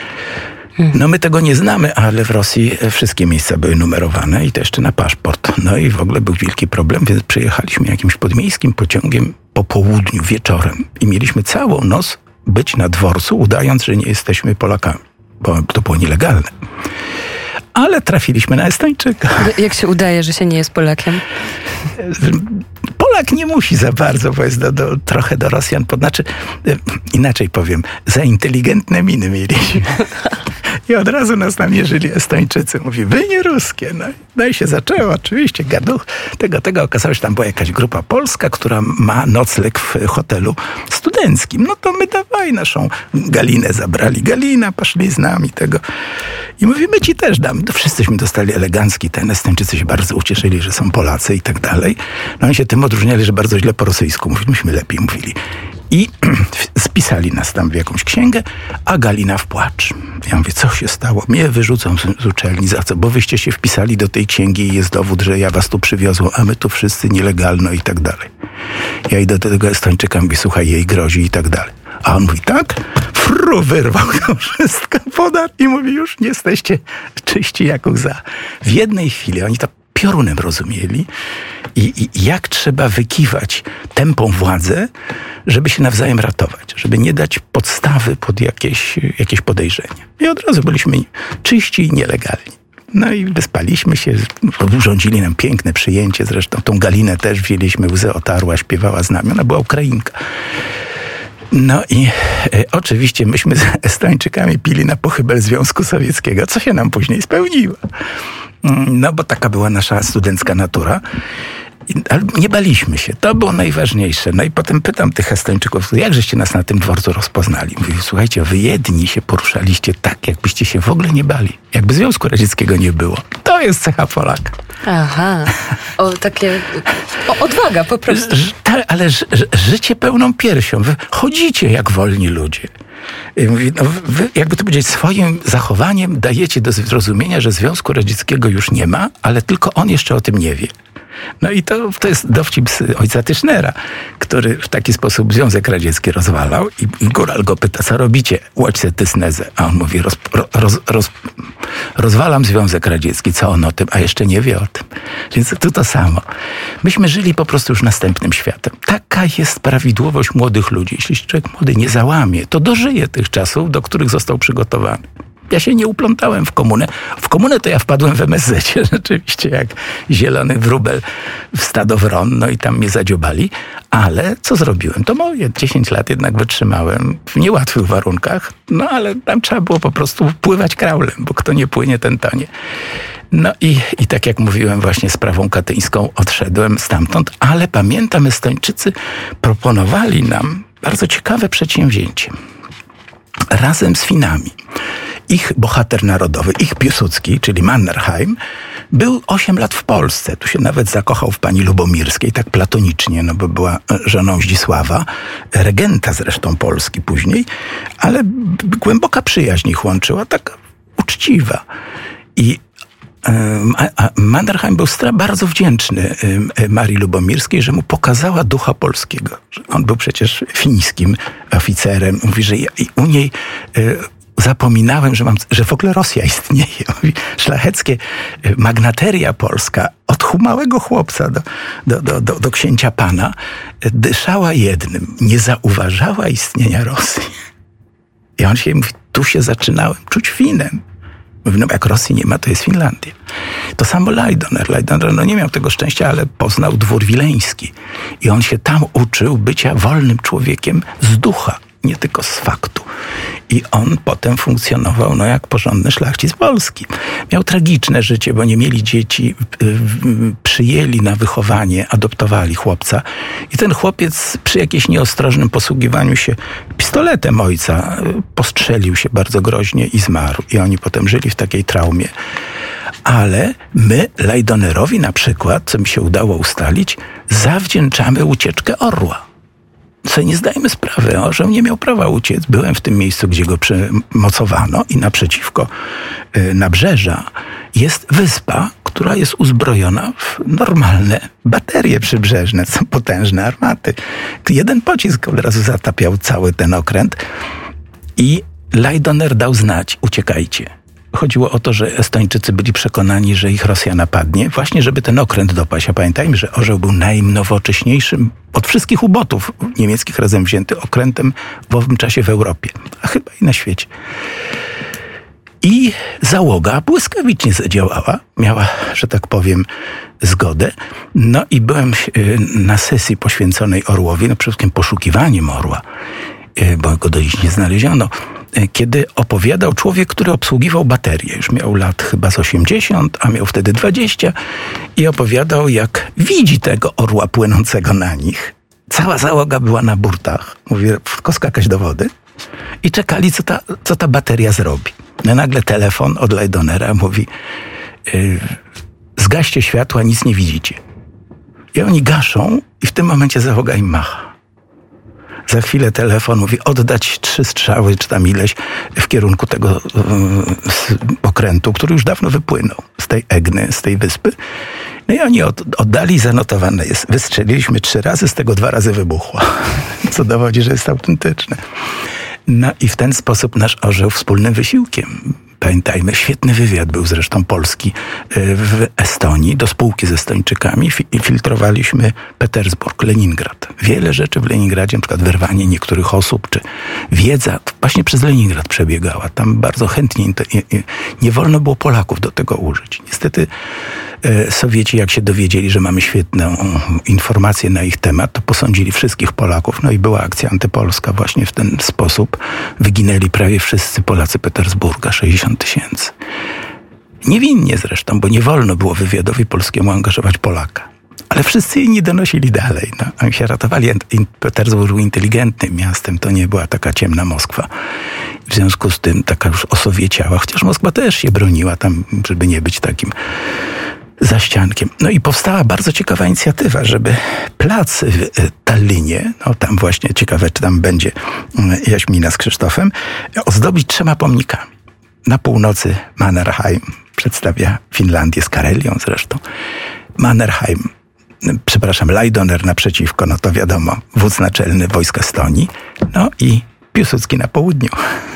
No my tego nie znamy, ale w Rosji wszystkie miejsca były numerowane i to jeszcze na paszport. No i w ogóle był wielki problem, więc przyjechaliśmy jakimś podmiejskim pociągiem po południu, wieczorem i mieliśmy całą noc być na dworcu, udając, że nie jesteśmy Polakami, bo to było nielegalne. Ale trafiliśmy na Estończyka. Jak się udaje, że się nie jest Polakiem? Polak nie musi za bardzo, bo jest do, do, trochę do Rosjan. Znaczy, inaczej powiem, za inteligentne miny mieliśmy. I od razu nas namierzyli Estończycy. Mówi, wy nie ruskie. No, no i się zaczęło oczywiście gaduch. Tego, tego okazało się, że tam była jakaś grupa polska, która ma nocleg w hotelu studenckim. No to my dawaj naszą Galinę zabrali. Galina, poszli z nami tego. I mówimy, ci też dam. Wszyscyśmy dostali elegancki ten. Estończycy się bardzo ucieszyli, że są Polacy i tak dalej. No oni się tym odróżniali, że bardzo źle po rosyjsku mówili. Myśmy lepiej mówili. I spisali nas tam w jakąś księgę, a Galina w płacz. Ja mówię, co się stało? Mnie wyrzucą z, z uczelni. Za co? Bo wyście się wpisali do tej księgi i jest dowód, że ja was tu przywiozłem, a my tu wszyscy nielegalno i tak dalej. Ja idę do tego Estończyka, mówię, słuchaj, jej grozi i tak dalej. A on mówi, tak? Fru, wyrwał to wszystko, podar i mówi, już nie jesteście czyści jak łza. W jednej chwili oni to piorunem rozumieli i, i jak trzeba wykiwać tępą władzę, żeby się nawzajem ratować, żeby nie dać podstawy pod jakieś, jakieś podejrzenie. I od razu byliśmy czyści i nielegalni. No i wyspaliśmy się, urządzili nam piękne przyjęcie, zresztą tą Galinę też wzięliśmy, łzę otarła, śpiewała z nami, ona była Ukrainka. No i e, oczywiście myśmy z Estończykami pili na pochybel Związku Sowieckiego, co się nam później spełniło. No bo taka była nasza studencka natura. Ale nie baliśmy się. To było najważniejsze. No i potem pytam tych Estończyków, jak żeście nas na tym dworcu rozpoznali? Mówię, słuchajcie, wy jedni się poruszaliście tak, jakbyście się w ogóle nie bali. Jakby Związku Radzieckiego nie było. To jest cecha Polaka. Aha. O, takie... O, odwaga po prostu. Tak, ale ży, życie pełną piersią. Wy chodzicie jak wolni ludzie. Mówi, no wy, jakby to powiedzieć, swoim zachowaniem dajecie do zrozumienia, że Związku Radzieckiego już nie ma, ale tylko on jeszcze o tym nie wie. No i to, to jest dowcip z ojca Tischnera, który w taki sposób Związek Radziecki rozwalał i, i góral go pyta, co robicie? Łodźcie tysnezę. A on mówi, roz, roz, roz, rozwalam Związek Radziecki, co on o tym, a jeszcze nie wie o tym. Więc tu to samo. Myśmy żyli po prostu już następnym światem. Taka jest prawidłowość młodych ludzi. Jeśli człowiek młody nie załamie, to dożyje tych czasów, do których został przygotowany. Ja się nie uplątałem w komunę. W komunę to ja wpadłem w em es zecie, rzeczywiście, jak zielony wróbel w stado wron, no i tam mnie zadziobali. Ale co zrobiłem? To moje dziesięć lat jednak wytrzymałem w niełatwych warunkach, no ale tam trzeba było po prostu pływać kraulem, bo kto nie płynie, ten tonie. No i, i tak jak mówiłem, właśnie sprawą katyńską odszedłem stamtąd, ale pamiętam, Estończycy proponowali nam bardzo ciekawe przedsięwzięcie. Razem z Finami. Ich bohater narodowy, ich Piłsudski, czyli Mannerheim, był osiem lat w Polsce. Tu się nawet zakochał w pani Lubomirskiej, tak platonicznie, no bo była żoną Zdzisława, regenta zresztą Polski później, ale głęboka przyjaźń ich łączyła, taka uczciwa. I a Mannerheim był bardzo wdzięczny Marii Lubomirskiej, że mu pokazała ducha polskiego. On był przecież fińskim oficerem. Mówi, że u niej zapominałem, że, mam, że w ogóle Rosja istnieje. Szlacheckie magnateria polska od małego chłopca do, do, do, do, do księcia pana dyszała jednym. Nie zauważała istnienia Rosji. I on się mówi, tu się zaczynałem czuć Finem. Mówi, no jak Rosji nie ma, to jest Finlandia. To samo Laidoner. Laidoner no nie miał tego szczęścia, ale poznał dwór wileński. I on się tam uczył bycia wolnym człowiekiem z ducha, nie tylko z faktu. I on potem funkcjonował no, jak porządny szlachcic polski. Miał tragiczne życie, bo nie mieli dzieci, przyjęli na wychowanie, adoptowali chłopca. I ten chłopiec przy jakimś nieostrożnym posługiwaniu się pistoletem ojca postrzelił się bardzo groźnie i zmarł. I oni potem żyli w takiej traumie. Ale my Laidonerowi na przykład, co mi się udało ustalić, zawdzięczamy ucieczkę orła. Co nie zdajemy sprawy, orzeł nie miał prawa uciec. Byłem w tym miejscu, gdzie go przymocowano i naprzeciwko y, nabrzeża jest wyspa, która jest uzbrojona w normalne baterie przybrzeżne. Są potężne armaty. Jeden pocisk od razu zatapiał cały ten okręt i Laidoner dał znać, uciekajcie. Chodziło o to, że Estończycy byli przekonani, że ich Rosja napadnie, właśnie żeby ten okręt dopaść. A pamiętajmy, że orzeł był najnowocześniejszym od wszystkich ubotów niemieckich razem wzięty okrętem w owym czasie w Europie, a chyba i na świecie. I załoga błyskawicznie zadziałała, miała, że tak powiem, zgodę. No i byłem na sesji poświęconej orłowi, no przede wszystkim poszukiwaniem orła, bo go do dziś nie znaleziono, kiedy opowiadał człowiek, który obsługiwał baterię. Już miał lat chyba z osiemdziesiąt, a miał wtedy dwadzieścia i opowiadał, jak widzi tego orła płynącego na nich. Cała załoga była na burtach. Mówi, tylko skakać do wody. I czekali, co ta, co ta bateria zrobi. No nagle telefon od Laidonera mówi, yy, zgaście światła, nic nie widzicie. I oni gaszą i w tym momencie załoga im macha. Za chwilę telefon mówi, oddać trzy strzały, czy tam ileś, w kierunku tego yy, okrętu, który już dawno wypłynął z tej Egny, z tej wyspy. No i oni od, oddali, zanotowane jest. Wystrzeliliśmy trzy razy, z tego dwa razy wybuchło. Co dowodzi, że jest autentyczne. No i w ten sposób nasz orzeł wspólnym wysiłkiem. Pamiętajmy, świetny wywiad był zresztą polski w Estonii, do spółki z Estończykami. Filtrowaliśmy Petersburg, Leningrad. Wiele rzeczy w Leningradzie, na przykład wyrwanie niektórych osób, czy wiedza właśnie przez Leningrad przebiegała. Tam bardzo chętnie, nie wolno było Polaków do tego użyć. Niestety Sowieci, jak się dowiedzieli, że mamy świetną informację na ich temat, to posądzili wszystkich Polaków. No i była akcja antypolska właśnie w ten sposób. Wyginęli prawie wszyscy Polacy Petersburga, sześćdziesiąt tysięcy. Niewinnie zresztą, bo nie wolno było wywiadowi polskiemu angażować Polaka. Ale wszyscy inni donosili dalej. No, oni się ratowali. Petersburg był inteligentnym miastem, to nie była taka ciemna Moskwa. W związku z tym taka już osowieciała, chociaż Moskwa też się broniła tam, żeby nie być takim zaściankiem. No i powstała bardzo ciekawa inicjatywa, żeby plac w Tallinie, no tam właśnie ciekawe, czy tam będzie Jaśmina z Krzysztofem, ozdobić trzema pomnikami. Na północy Mannerheim przedstawia Finlandię z Karelią zresztą. Mannerheim, przepraszam, Laidoner naprzeciwko, no to wiadomo, wódz naczelny wojsk Estonii, no i Piłsudski na południu,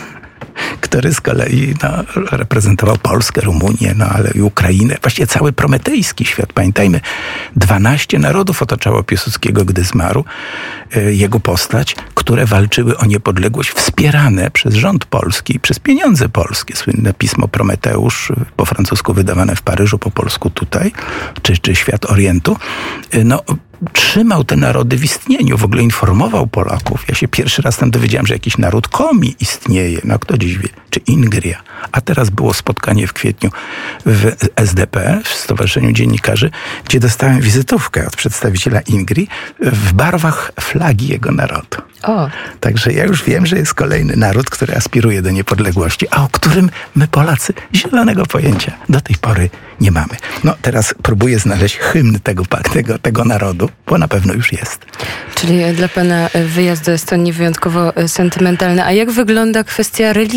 który z kolei no, reprezentował Polskę, Rumunię, no ale i Ukrainę. Właściwie cały prometejski świat. Pamiętajmy, dwanaście narodów otaczało Piłsudskiego, gdy zmarł. Jego postać, które walczyły o niepodległość, wspierane przez rząd polski, przez pieniądze polskie. Słynne pismo Prometeusz, po francusku wydawane w Paryżu, po polsku tutaj, czy, czy Świat Orientu. No, trzymał te narody w istnieniu, w ogóle informował Polaków. Ja się pierwszy raz tam dowiedziałem, że jakiś naród Komi istnieje. No kto dziś wie? Czy Ingria? A teraz było spotkanie w kwietniu w S D P, w Stowarzyszeniu Dziennikarzy, gdzie dostałem wizytówkę od przedstawiciela Ingrii w barwach flagi jego narodu. O. Także ja już wiem, że jest kolejny naród, który aspiruje do niepodległości, a o którym my Polacy zielonego pojęcia do tej pory nie mamy. No teraz próbuję znaleźć hymn tego, tego, tego narodu, bo na pewno już jest. Czyli dla pana wyjazd do Estonii wyjątkowo sentymentalny. A jak wygląda kwestia religii w Estonii?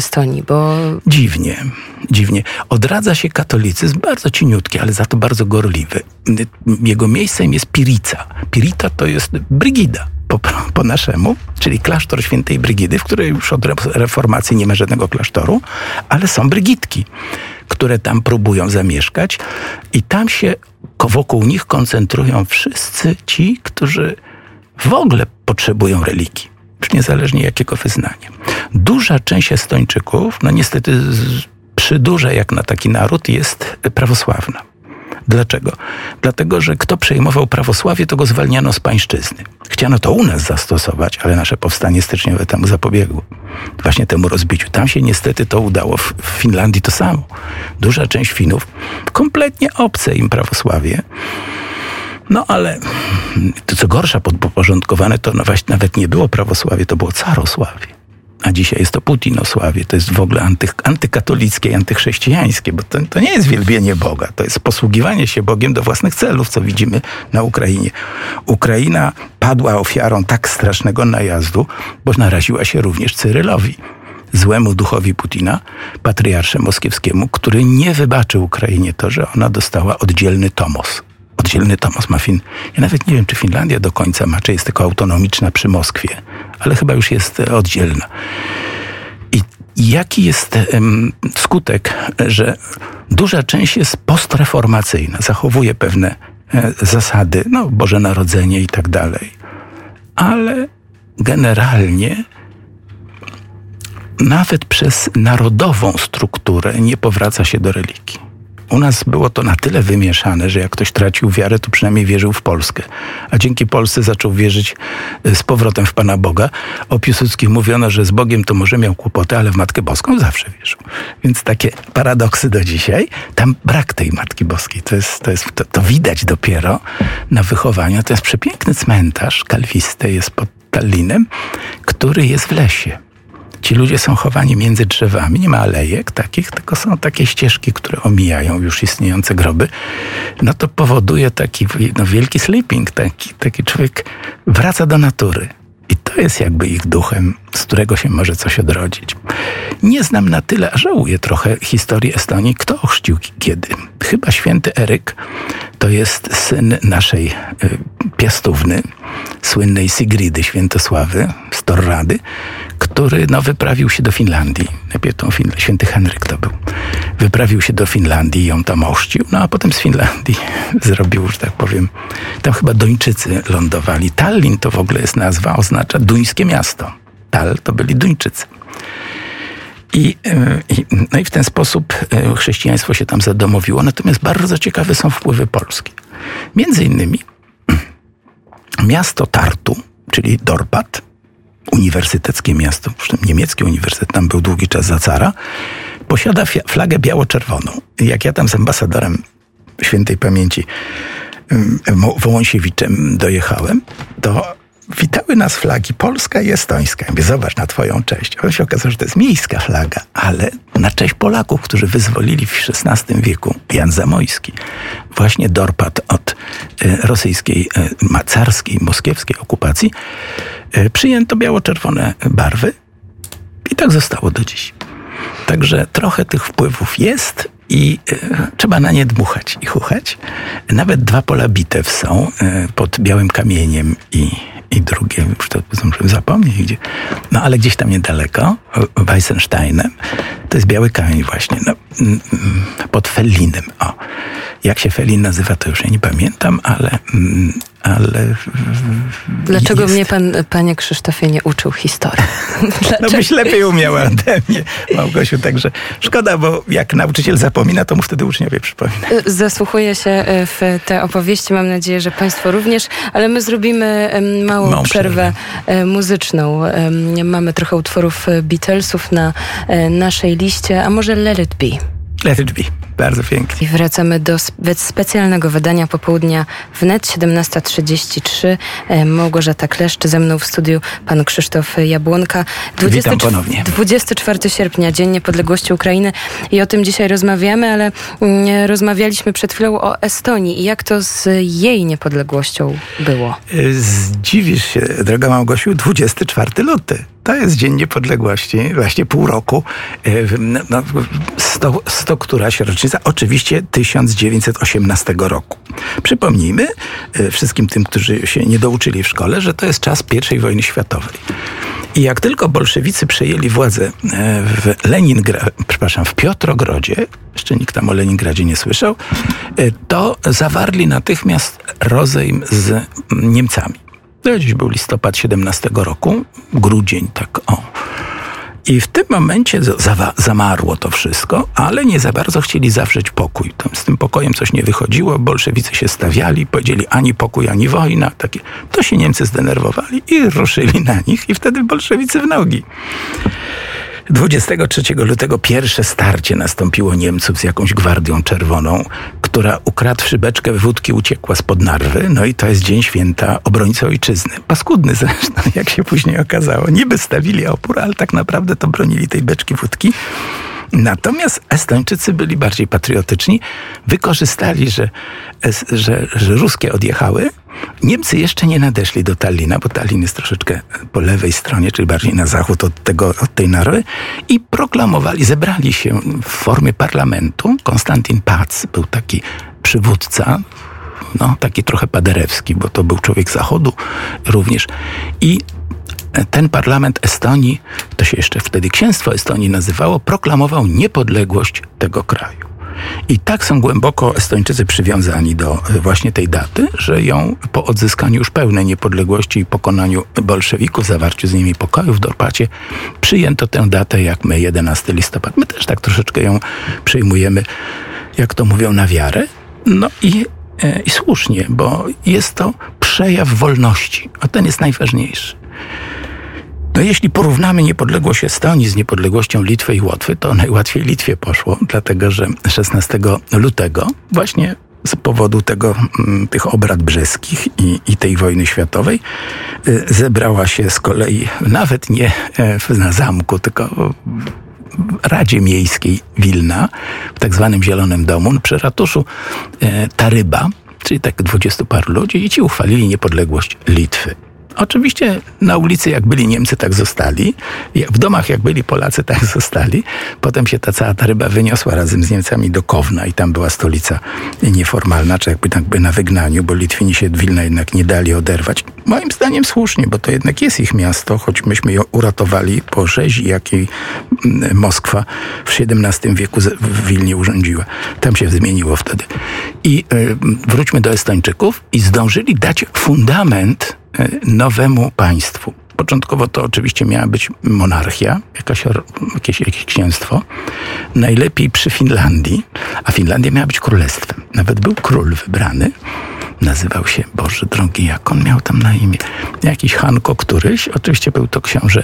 Estonii, bo... Dziwnie, dziwnie. Odradza się katolicyzm, bardzo cieniutki, ale za to bardzo gorliwy. Jego miejscem jest Pirica. Pirita to jest Brygida. Po, po naszemu, czyli klasztor świętej Brygidy, w której już od reformacji nie ma żadnego klasztoru, ale są brygitki, które tam próbują zamieszkać i tam się wokół nich koncentrują wszyscy ci, którzy w ogóle potrzebują religii, już niezależnie jakiego wyznania. Duża część Estończyków, no niestety przydurze jak na taki naród, jest prawosławna. Dlaczego? Dlatego, że kto przejmował prawosławie, to go zwalniano z pańszczyzny. Chciano to u nas zastosować, ale nasze powstanie styczniowe temu zapobiegło. Właśnie temu rozbiciu. Tam się niestety to udało. W Finlandii to samo. Duża część Finów, kompletnie obce im prawosławie. No ale to co gorsza, podporządkowane to no właśnie nawet nie było prawosławie, to było carosławie. A dzisiaj jest to Putinosławie. To jest w ogóle anty, antykatolickie i antychrześcijańskie, bo to, to nie jest wielbienie Boga. To jest posługiwanie się Bogiem do własnych celów, co widzimy na Ukrainie. Ukraina padła ofiarą tak strasznego najazdu, bo naraziła się również Cyrylowi, złemu duchowi Putina, patriarsze moskiewskiemu, który nie wybaczył Ukrainie to, że ona dostała oddzielny tomos. Oddzielny tomos ma Fin. Ja nawet nie wiem, czy Finlandia do końca ma, czy jest tylko autonomiczna przy Moskwie, ale chyba już jest oddzielna. I jaki jest um, skutek, że duża część jest postreformacyjna, zachowuje pewne e, zasady, no Boże Narodzenie i tak dalej, ale generalnie nawet przez narodową strukturę nie powraca się do religii. U nas było to na tyle wymieszane, że jak ktoś tracił wiarę, to przynajmniej wierzył w Polskę. A dzięki Polsce zaczął wierzyć z powrotem w Pana Boga. O Piłsudskim mówiono, że z Bogiem to może miał kłopoty, ale w Matkę Boską zawsze wierzył. Więc takie paradoksy do dzisiaj. Tam brak tej Matki Boskiej. To, jest, to, jest, to, to widać dopiero na wychowaniu. To jest przepiękny cmentarz kalwisty, jest pod Tallinem, który jest w lesie. Ci ludzie są chowani między drzewami, nie ma alejek takich, tylko są takie ścieżki, które omijają już istniejące groby. No to powoduje taki no, wielki sleeping, taki, taki człowiek wraca do natury. I to jest jakby ich duchem, z którego się może coś odrodzić. Nie znam na tyle, a żałuję trochę historii Estonii, kto ochrzcił kiedy. Chyba święty Eryk to jest syn naszej y, piastówny, słynnej Sigridy Świętosławy z Torrady, który no, wyprawił się do Finlandii. Najpierw tą Fin- święty Henryk to był. Wyprawił się do Finlandii i ją tam ochrzcił, no a potem z Finlandii zrobił, że tak powiem, tam chyba Duńczycy lądowali. Tallinn to w ogóle jest nazwa, oznacza duńskie miasto. Tal to byli Duńczycy. I, i, no i w ten sposób chrześcijaństwo się tam zadomowiło, natomiast bardzo ciekawe są wpływy polskie. Między innymi miasto Tartu, czyli Dorpat, uniwersyteckie miasto, niemiecki uniwersytet, tam był długi czas za cara, posiada flagę biało-czerwoną. Jak ja tam z ambasadorem świętej pamięci Wołąsiewiczem dojechałem, to witały nas flagi polska i estońska. Ja mówię, zobacz, na twoją cześć. On się okazało, że to jest miejska flaga, ale na cześć Polaków, którzy wyzwolili w szesnastym wieku Jan Zamojski właśnie Dorpat od rosyjskiej, carskiej, moskiewskiej okupacji, przyjęto biało-czerwone barwy i tak zostało do dziś. Także trochę tych wpływów jest i e, trzeba na nie dmuchać i chuchać. Nawet dwa pola bitew są e, pod Białym Kamieniem i, i drugie, już to muszę zapomnieć gdzie. No ale gdzieś tam niedaleko, Weissensteinem, to jest Biały Kamień właśnie, no, m, m, pod Fellinem. O. Jak się Fellin nazywa, to już ja nie pamiętam, ale... M, ale Dlaczego jest. mnie pan, panie Krzysztofie, nie uczył historii? No byś lepiej umiała ode mnie, Małgosiu, także szkoda, bo jak nauczyciel zapomina, to mu wtedy uczniowie przypomina. Zasłuchuję się w te opowieści, mam nadzieję, że państwo również, ale my zrobimy małą Małą przerwę, przerwę muzyczną. Mamy trochę utworów Beatlesów na naszej liście, a może Let It Be? Let It Be. Bardzo pięknie. I wracamy do spe- specjalnego wydania popołudnia wnet, siedemnasta trzydzieści trzy. Małgorzata Kleszcz, ze mną w studiu pan Krzysztof Jabłonka. Witam ponownie. dwudziestego czwartego sierpnia, Dzień Niepodległości Ukrainy i o tym dzisiaj rozmawiamy, ale mm, rozmawialiśmy przed chwilą o Estonii i jak to z jej niepodległością było. Zdziwisz się, droga Małgosiu, dwudziestego czwartego lutego. To jest Dzień Niepodległości, właśnie pół roku, no, sto, sto któraś rocznica, oczywiście tysiąc dziewięćset osiemnastego roku. Przypomnijmy wszystkim tym, którzy się nie douczyli w szkole, że to jest czas pierwszej wojny światowej. I jak tylko bolszewicy przejęli władzę w Leningradzie, przepraszam, w Piotrogrodzie, jeszcze nikt tam o Leningradzie nie słyszał, to zawarli natychmiast rozejm z Niemcami. To gdzieś był listopad siedemnastego roku, grudzień, tak o. I w tym momencie za- zamarło to wszystko, ale nie za bardzo chcieli zawrzeć pokój. Tam z tym pokojem coś nie wychodziło, bolszewicy się stawiali, powiedzieli ani pokój, ani wojna. Takie. To się Niemcy zdenerwowali i ruszyli na nich i wtedy bolszewicy w nogi. dwudziestego trzeciego lutego pierwsze starcie nastąpiło Niemców z jakąś Gwardią Czerwoną, która ukradłszy beczkę wódki uciekła spod Narwy. No i to jest dzień święta obrońcy ojczyzny. Paskudny zresztą, jak się później okazało. Niby stawili opór, ale tak naprawdę to bronili tej beczki wódki. Natomiast Estończycy byli bardziej patriotyczni. Wykorzystali, że, że, że ruskie odjechały. Niemcy jeszcze nie nadeszli do Tallina, bo Tallin jest troszeczkę po lewej stronie, czyli bardziej na zachód od, tego, od tej Narwy, i proklamowali, zebrali się w formie parlamentu. Konstantin Pac był taki przywódca, no taki trochę paderewski, bo to był człowiek zachodu również. I ten parlament Estonii, to się jeszcze wtedy Księstwo Estonii nazywało, proklamował niepodległość tego kraju. I tak są głęboko Estończycy przywiązani do właśnie tej daty, że ją po odzyskaniu już pełnej niepodległości i pokonaniu bolszewików, zawarciu z nimi pokoju w Dorpacie, przyjęto tę datę jak my, jedenastego listopada. My też tak troszeczkę ją przyjmujemy, jak to mówią, na wiarę. No i, e, i słusznie, bo jest to przejaw wolności, a ten jest najważniejszy. No jeśli porównamy niepodległość Estonii z niepodległością Litwy i Łotwy, to najłatwiej Litwie poszło, dlatego że szesnastego lutego właśnie z powodu tego, tych obrad brzeskich i, i tej wojny światowej zebrała się z kolei nawet nie na zamku, tylko w Radzie Miejskiej Wilna, w tak zwanym Zielonym Domu, przy ratuszu Taryba, czyli tak dwudziestu paru ludzi, i ci uchwalili niepodległość Litwy. Oczywiście na ulicy jak byli Niemcy, tak zostali. W domach jak byli Polacy, tak zostali. Potem się ta cała Taryba wyniosła razem z Niemcami do Kowna i tam była stolica nieformalna, czy jakby, jakby na wygnaniu, bo Litwini się Wilna jednak nie dali oderwać. Moim zdaniem słusznie, bo to jednak jest ich miasto, choć myśmy ją uratowali po rzezi, jakiej Moskwa w siedemnastym wieku w Wilnie urządziła. Tam się zmieniło wtedy. I yy, wróćmy do Estończyków i zdążyli dać fundament nowemu państwu. Początkowo to oczywiście miała być monarchia, jakaś, jakieś, jakieś księstwo. Najlepiej przy Finlandii, a Finlandia miała być królestwem. Nawet był król wybrany. Nazywał się, Boże drogi, jak on miał tam na imię? Jakiś Hanko któryś. Oczywiście był to książę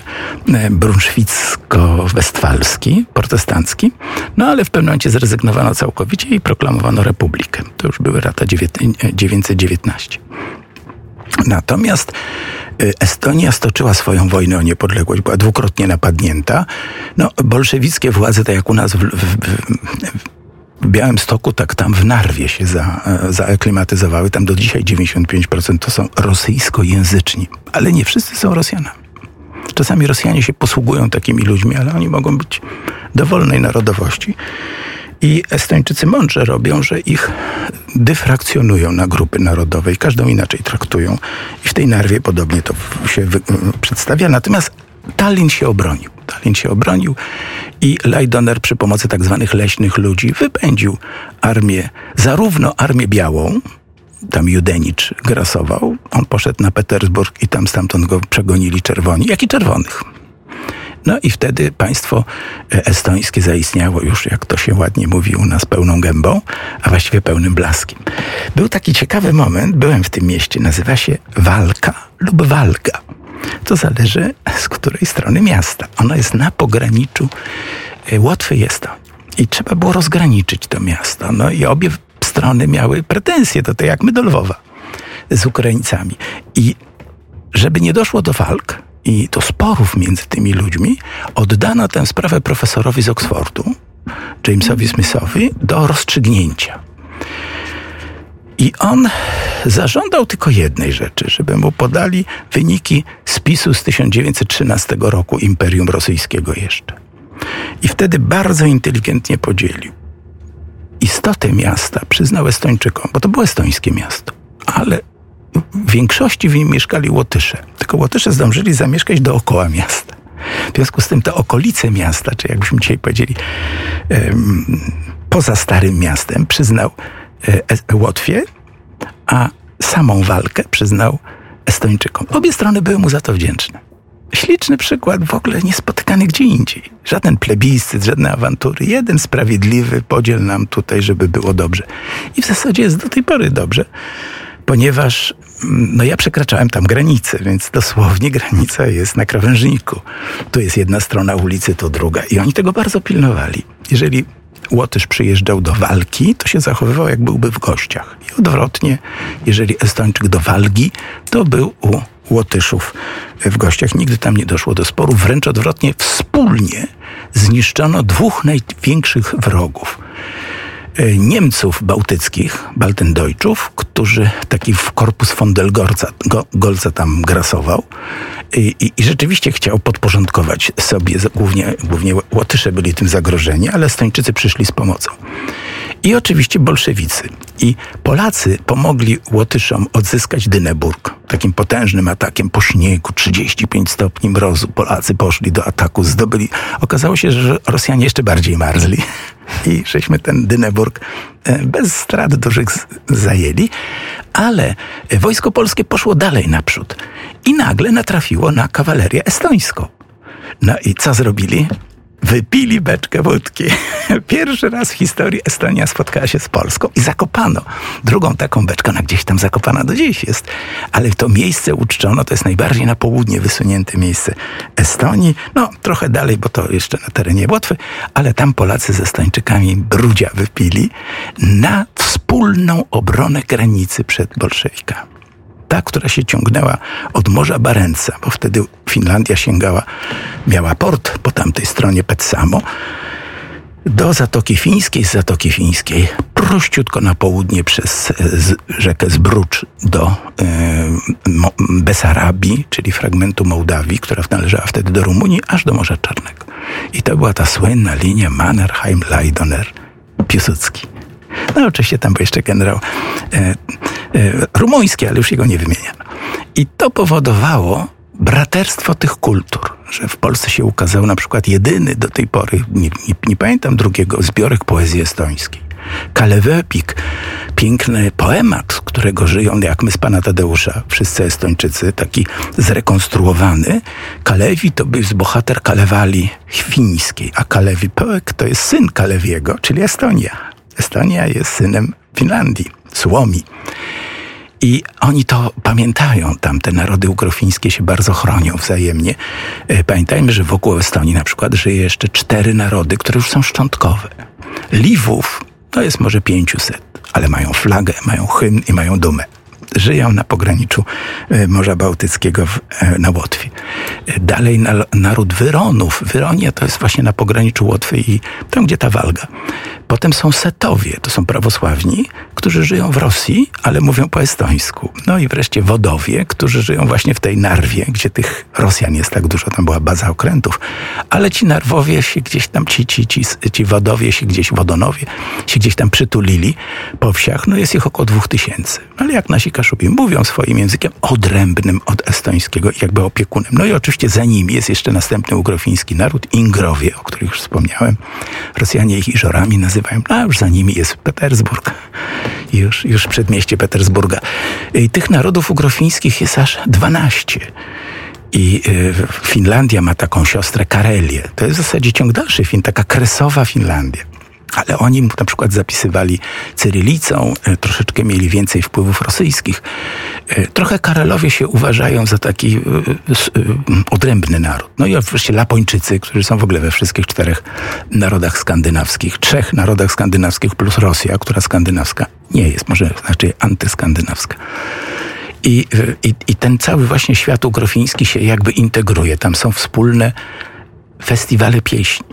brunszwicko-westfalski, protestancki. No ale w pewnym momencie zrezygnowano całkowicie i proklamowano republikę. To już były lata dziewięćset dziewiętnaście. Natomiast Estonia stoczyła swoją wojnę o niepodległość, była dwukrotnie napadnięta. No, bolszewickie władze, tak jak u nas w, w, w, w Białymstoku, tak tam w Narwie się za, zaaklimatyzowały. Tam do dzisiaj dziewięćdziesiąt pięć procent to są rosyjskojęzyczni, ale nie wszyscy są Rosjanami. Czasami Rosjanie się posługują takimi ludźmi, ale oni mogą być dowolnej narodowości. I Estończycy mądrze robią, że ich dyfrakcjonują na grupy narodowe i każdą inaczej traktują. I w tej Narwie podobnie to się wy- przedstawia. Natomiast Tallin się obronił. Tallin się obronił i Laidoner przy pomocy tak zwanych leśnych ludzi wypędził armię, zarówno armię białą, tam Judenicz grasował, on poszedł na Petersburg i tam stamtąd go przegonili czerwoni, jak i czerwonych. No i wtedy państwo estońskie zaistniało już, jak to się ładnie mówi u nas, pełną gębą, a właściwie pełnym blaskiem. Był taki ciekawy moment, byłem w tym mieście, nazywa się Walka lub Walga. To zależy z której strony miasta. Ono jest na pograniczu Łotwy i Estonii. I trzeba było rozgraniczyć to miasto. No i obie strony miały pretensje do tej, jak my do Lwowa, z Ukraińcami. I żeby nie doszło do walk i do sporów między tymi ludźmi, oddano tę sprawę profesorowi z Oksfordu, Jamesowi Smithowi, do rozstrzygnięcia. I on zażądał tylko jednej rzeczy, żeby mu podali wyniki spisu z tysiąc dziewięćset trzynastego roku Imperium Rosyjskiego jeszcze. I wtedy bardzo inteligentnie podzielił. Istotę miasta przyznał Estończykom, bo to było estońskie miasto, ale w większości w nim mieszkali Łotysze. Tylko Łotysze zdążyli zamieszkać dookoła miasta. W związku z tym te okolice miasta, czy jakbyśmy dzisiaj powiedzieli, um, poza Starym Miastem, przyznał e, Łotwie, a samą walkę przyznał Estończykom. Obie strony były mu za to wdzięczne. Śliczny przykład, w ogóle niespotykany gdzie indziej. Żaden plebiscyt, żadne awantury. Jeden sprawiedliwy podziel nam tutaj, żeby było dobrze. I w zasadzie jest do tej pory dobrze, ponieważ no ja przekraczałem tam granicę, więc dosłownie granica jest na krawężniku. Tu jest jedna strona ulicy, tu druga. I oni tego bardzo pilnowali. Jeżeli Łotysz przyjeżdżał do walki, to się zachowywał, jak byłby w gościach. I odwrotnie, jeżeli Estończyk do walki, to był u Łotyszów w gościach. Nigdy tam nie doszło do sporu. Wręcz odwrotnie, wspólnie zniszczono dwóch największych wrogów. Niemców bałtyckich, Baltendeutschtów, którzy taki w korpus von der Goltza, go, Goltza tam grasował i, i, i rzeczywiście chciał podporządkować sobie, głównie, głównie Łotysze byli tym zagrożeni, ale Estończycy przyszli z pomocą. I oczywiście bolszewicy. I Polacy pomogli Łotyszom odzyskać Dyneburg. Takim potężnym atakiem po śniegu, trzydzieści pięć stopni mrozu. Polacy poszli do ataku, zdobyli. Okazało się, że Rosjanie jeszcze bardziej marzli. I żeśmy ten Dyneburg bez strat dużych zajęli. Ale wojsko polskie poszło dalej naprzód. I nagle natrafiło na kawalerię estońską. No i co zrobili? Wypili beczkę wódki. Pierwszy raz w historii Estonia spotkała się z Polską i zakopano drugą taką beczkę. Ona gdzieś tam zakopana do dziś jest. Ale to miejsce uczczono, to jest najbardziej na południe wysunięte miejsce Estonii. No, trochę dalej, bo to jeszcze na terenie Łotwy, ale tam Polacy ze Estończykami brudzia wypili na wspólną obronę granicy przed bolszewikami. Ta, która się ciągnęła od Morza Barentsa, bo wtedy Finlandia sięgała, miała port po tamtej stronie Petsamo, do Zatoki Fińskiej, z Zatoki Fińskiej prościutko na południe przez z, rzekę Zbrucz do e, Besarabii, czyli fragmentu Mołdawii, która należała wtedy do Rumunii, aż do Morza Czarnego. I to była ta słynna linia Mannerheim-Laidoner-Piłsudski. No oczywiście tam był jeszcze generał e, e, rumuński, ale już jego nie wymieniano. I to powodowało braterstwo tych kultur, że w Polsce się ukazał na przykład jedyny do tej pory, nie, nie, nie pamiętam drugiego, zbiorek poezji estońskiej. Kalewepik, piękny poemat, z którego żyją jak my z pana Tadeusza, wszyscy Estończycy, taki zrekonstruowany. Kalewi to był bohater Kalewali fińskiej, a Kalewi Poek to jest syn Kalewiego, czyli Estonia. Estonia jest synem Finlandii, Suomi. I oni to pamiętają, tam te narody ukrofińskie się bardzo chronią wzajemnie. Pamiętajmy, że wokół Estonii na przykład żyje jeszcze cztery narody, które już są szczątkowe. Liwów to jest może pięćset, ale mają flagę, mają hymn i mają dumę. Żyją na pograniczu Morza Bałtyckiego w, na Łotwie. Dalej na, naród Wyronów. Wyronia to jest właśnie na pograniczu Łotwy i tam, gdzie ta Walga. Potem są Setowie, to są prawosławni, którzy żyją w Rosji, ale mówią po estońsku. No i wreszcie Wodowie, którzy żyją właśnie w tej Narwie, gdzie tych Rosjan jest tak dużo, tam była baza okrętów. Ale ci Narwowie się gdzieś tam, ci, ci, ci, ci Wodowie się gdzieś, Wodonowie się gdzieś tam przytulili po wsiach. No jest ich około dwóch tysięcy. Ale jak nasi Kaszubi mówią swoim językiem odrębnym od estońskiego, jakby opiekunem. No i oczywiście za nimi jest jeszcze następny ukrofiński naród, Ingrowie, o których już wspomniałem. Rosjanie ich Iżorami nazywają, a już za nimi jest Petersburg, już, już przedmieście Petersburga. I tych narodów ukrofińskich jest aż dwanaście. I y, Finlandia ma taką siostrę Karelię. To jest w zasadzie ciąg dalszy Fin, taka kresowa Finlandia. Ale oni na przykład zapisywali cyrylicą, troszeczkę mieli więcej wpływów rosyjskich. Trochę Karelowie się uważają za taki odrębny naród. No i oczywiście Lapończycy, którzy są w ogóle we wszystkich czterech narodach skandynawskich, trzech narodach skandynawskich plus Rosja, która skandynawska nie jest, może znaczy antyskandynawska. I, i, i ten cały właśnie świat ukrofiński się jakby integruje. Tam są wspólne festiwale pieśni.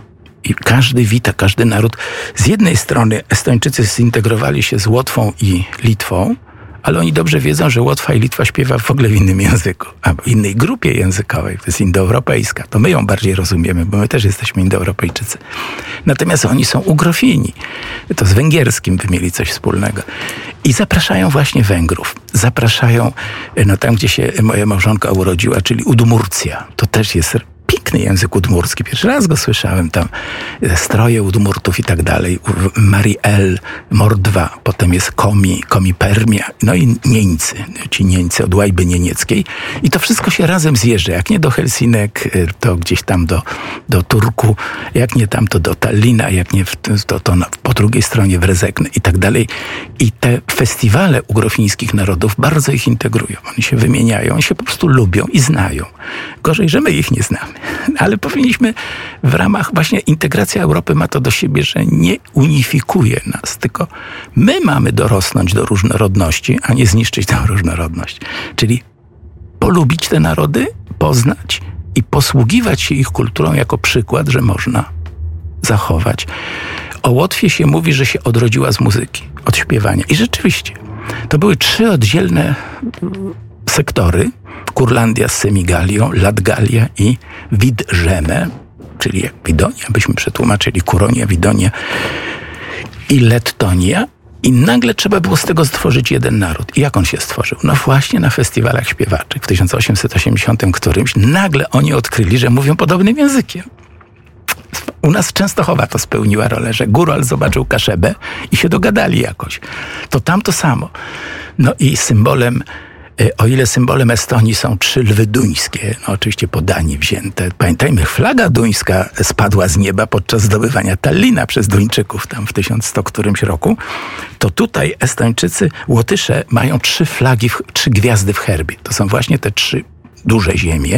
I każdy wita, każdy naród. Z jednej strony Estończycy zintegrowali się z Łotwą i Litwą, ale oni dobrze wiedzą, że Łotwa i Litwa śpiewa w ogóle w innym języku, albo w innej grupie językowej, to jest indoeuropejska. To my ją bardziej rozumiemy, bo my też jesteśmy indoeuropejczycy. Natomiast oni są ugrofini. To z węgierskim by mieli coś wspólnego. I zapraszają właśnie Węgrów. Zapraszają no tam, gdzie się moja małżonka urodziła, czyli Udmurcja. To też jest piękny język udmurski. Pierwszy raz go słyszałem tam. Stroje udmurtów i tak dalej. Mariel, Mordwa, potem jest Komi, Komi Permia, no i Nieńcy, ci Nieńcy od Łajby Nienieckiej. I to wszystko się razem zjeżdża. Jak nie do Helsinek, to gdzieś tam do, do Turku, jak nie tam, to do Tallina, jak nie w, to, to na, po drugiej stronie w Rezekne i tak dalej. I te festiwale ugrofińskich narodów bardzo ich integrują. Oni się wymieniają, oni się po prostu lubią i znają. Gorzej, że my ich nie znamy. Ale powinniśmy w ramach właśnie integracja Europy ma to do siebie, że nie unifikuje nas, tylko my mamy dorosnąć do różnorodności, a nie zniszczyć tę różnorodność. Czyli polubić te narody, poznać i posługiwać się ich kulturą jako przykład, że można zachować. O Łotwie się mówi, że się odrodziła z muzyki, od śpiewania. I rzeczywiście, to były trzy oddzielne sektory. Kurlandia z Semigalią, Latgalia i Widrzeme, czyli jak Widonia, byśmy przetłumaczyli Kuronia, Widonia i Lettonia. I nagle trzeba było z tego stworzyć jeden naród. I jak on się stworzył? No właśnie na festiwalach śpiewaczych w tysiąc osiemset osiemdziesiątym którymś nagle oni odkryli, że mówią podobnym językiem. U nas Częstochowa to spełniła rolę, że Góral zobaczył Kaszebę i się dogadali jakoś. To tam to samo. No i symbolem O ile symbolem Estonii są trzy lwy duńskie, no oczywiście po Danii wzięte. Pamiętajmy, flaga duńska spadła z nieba podczas zdobywania Tallina przez Duńczyków tam w tysiąc sto którymś roku. To tutaj Estończycy, Łotysze mają trzy flagi, trzy gwiazdy w herbie. To są właśnie te trzy duże ziemie.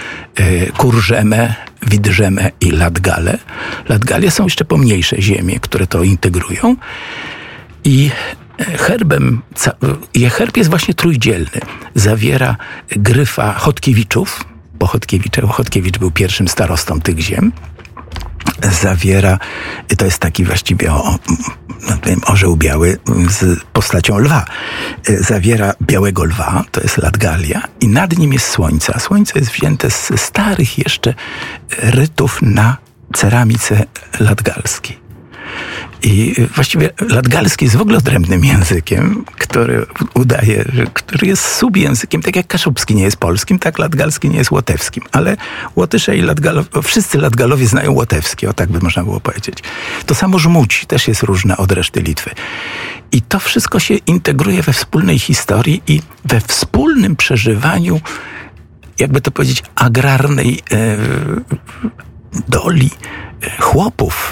Kurzeme, Widrzeme i Latgale. Latgalie są jeszcze pomniejsze ziemie, które to integrują. I herbem, herb jest właśnie trójdzielny. Zawiera gryfa Chodkiewiczów, bo Chodkiewicz był pierwszym starostą tych ziem. Zawiera, to jest taki właściwie o, orzeł biały z postacią lwa. Zawiera białego lwa, to jest Latgalia i nad nim jest słońce. A słońce jest wzięte z starych jeszcze rytów na ceramice latgalskiej. I właściwie latgalski jest w ogóle odrębnym językiem, który udaje, który jest subjęzykiem, tak jak kaszubski nie jest polskim, tak latgalski nie jest łotewskim. Ale Łotysze i Latgalowie, wszyscy Latgalowie znają łotewski, o tak by można było powiedzieć. To samo Żmudź też jest różna od reszty Litwy. I to wszystko się integruje we wspólnej historii i we wspólnym przeżywaniu, jakby to powiedzieć, agrarnej e, doli chłopów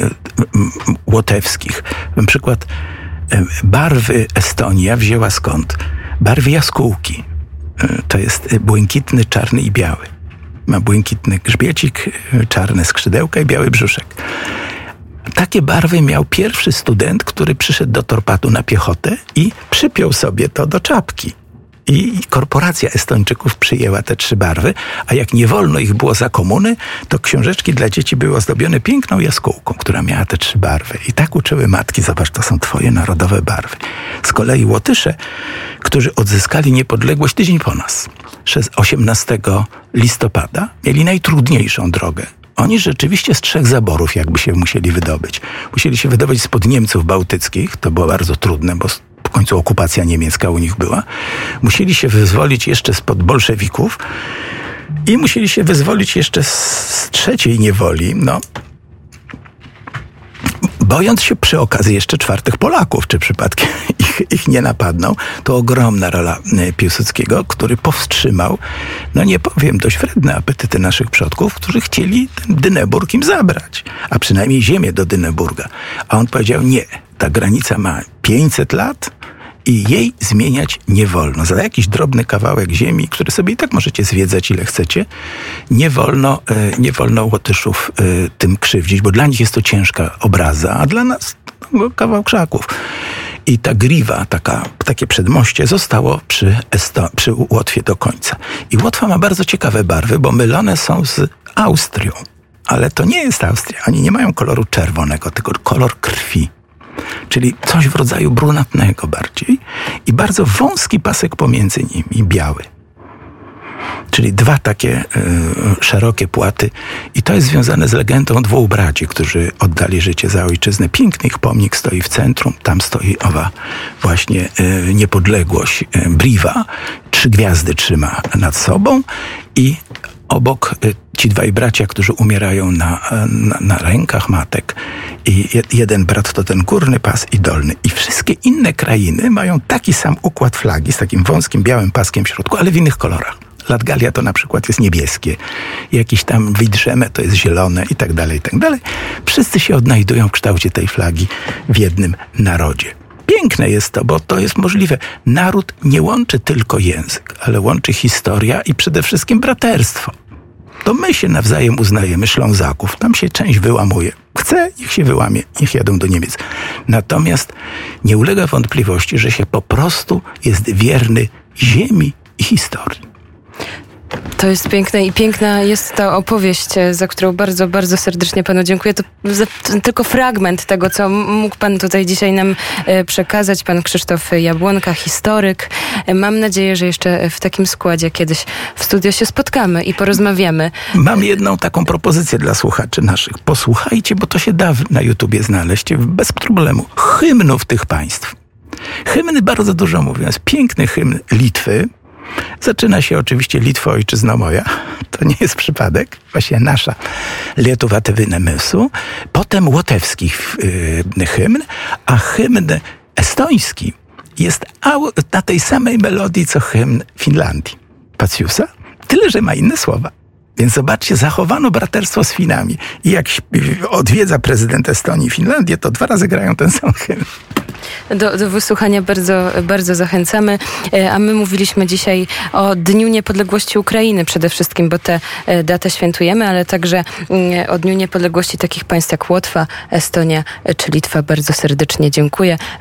łotewskich. Na przykład barwy Estonia wzięła skąd? Barwy jaskółki. To jest błękitny, czarny i biały. Ma błękitny grzbiecik, czarne skrzydełka i biały brzuszek. Takie barwy miał pierwszy student, który przyszedł do Torpatu na piechotę i przypiął sobie to do czapki. I korporacja Estończyków przyjęła te trzy barwy, a jak nie wolno ich było za komuny, to książeczki dla dzieci były ozdobione piękną jaskółką, która miała te trzy barwy. I tak uczyły matki, zobacz, to są twoje narodowe barwy. Z kolei Łotysze, którzy odzyskali niepodległość tydzień po nas, osiemnastego listopada, mieli najtrudniejszą drogę. Oni rzeczywiście z trzech zaborów jakby się musieli wydobyć. Musieli się wydobyć spod Niemców bałtyckich, to było bardzo trudne, bo w końcu okupacja niemiecka u nich była. Musieli się wyzwolić jeszcze spod bolszewików i musieli się wyzwolić jeszcze z trzeciej niewoli, no, bojąc się przy okazji jeszcze czwartych Polaków, czy przypadkiem ich, ich nie napadną. To ogromna rola Piłsudskiego, który powstrzymał, no nie powiem, dość wredne apetyty naszych przodków, którzy chcieli ten Dyneburg im zabrać, a przynajmniej ziemię do Dyneburga. A on powiedział, nie, ta granica ma pięćset lat i jej zmieniać nie wolno. Za jakiś drobny kawałek ziemi, który sobie i tak możecie zwiedzać ile chcecie, nie wolno, nie wolno Łotyszów tym krzywdzić, bo dla nich jest to ciężka obraza, a dla nas no, kawał krzaków. I ta griwa, taka, takie przedmoście zostało przy, Esto- przy Łotwie do końca. I Łotwa ma bardzo ciekawe barwy, bo mylone są z Austrią. ale to nie jest Austria. Oni nie mają koloru czerwonego, tylko kolor krwi. Czyli coś w rodzaju brunatnego bardziej i bardzo wąski pasek pomiędzy nimi, biały. Czyli dwa takie y, szerokie płaty i to jest związane z legendą dwóch braci, którzy oddali życie za ojczyznę. Piękny ich pomnik stoi w centrum, tam stoi owa właśnie y, niepodległość y, Briwa. Trzy gwiazdy trzyma nad sobą i obok y, ci dwaj bracia, którzy umierają na, na, na rękach matek. I jeden brat to ten górny pas i dolny. I wszystkie inne krainy mają taki sam układ flagi z takim wąskim białym paskiem w środku, ale w innych kolorach. Latgalia to na przykład jest niebieskie, jakiś tam Widrzeme to jest zielone i tak dalej, i tak dalej. Wszyscy się odnajdują w kształcie tej flagi w jednym narodzie. Piękne jest to, bo to jest możliwe. Naród nie łączy tylko język, ale łączy historia i przede wszystkim braterstwo. To my się nawzajem uznajemy, Ślązaków. Tam się część wyłamuje. Chce, niech się wyłamie, niech jadą do Niemiec. Natomiast nie ulega wątpliwości, że się po prostu jest wierny ziemi i historii. To jest piękne i piękna jest ta opowieść, za którą bardzo, bardzo serdecznie panu dziękuję. To za, to tylko fragment tego, co mógł pan tutaj dzisiaj nam przekazać. Pan Krzysztof Jabłonka, historyk. Mam nadzieję, że jeszcze w takim składzie kiedyś w studio się spotkamy i porozmawiamy. Mam jedną taką propozycję dla słuchaczy naszych. Posłuchajcie, bo to się da na YouTubie znaleźć bez problemu. Hymnów tych państw. Hymny bardzo dużo mówią. Jest piękny hymn Litwy. Zaczyna się oczywiście Litwo, ojczyzno moja. To nie jest przypadek. Właśnie nasza Lietuva tėvynė mūsų. Potem łotewski yy, hymn, a hymn estoński jest na tej samej melodii, co hymn Finlandii. Paciusa. Tyle, że ma inne słowa. Więc zobaczcie, zachowano braterstwo z Finami. I jak odwiedza prezydent Estonii Finlandię, to dwa razy grają ten sam hymn. Do, do wysłuchania bardzo, bardzo zachęcamy. A my mówiliśmy dzisiaj o Dniu Niepodległości Ukrainy przede wszystkim, bo tę datę świętujemy, ale także o Dniu Niepodległości takich państw jak Łotwa, Estonia czy Litwa. Bardzo serdecznie dziękuję.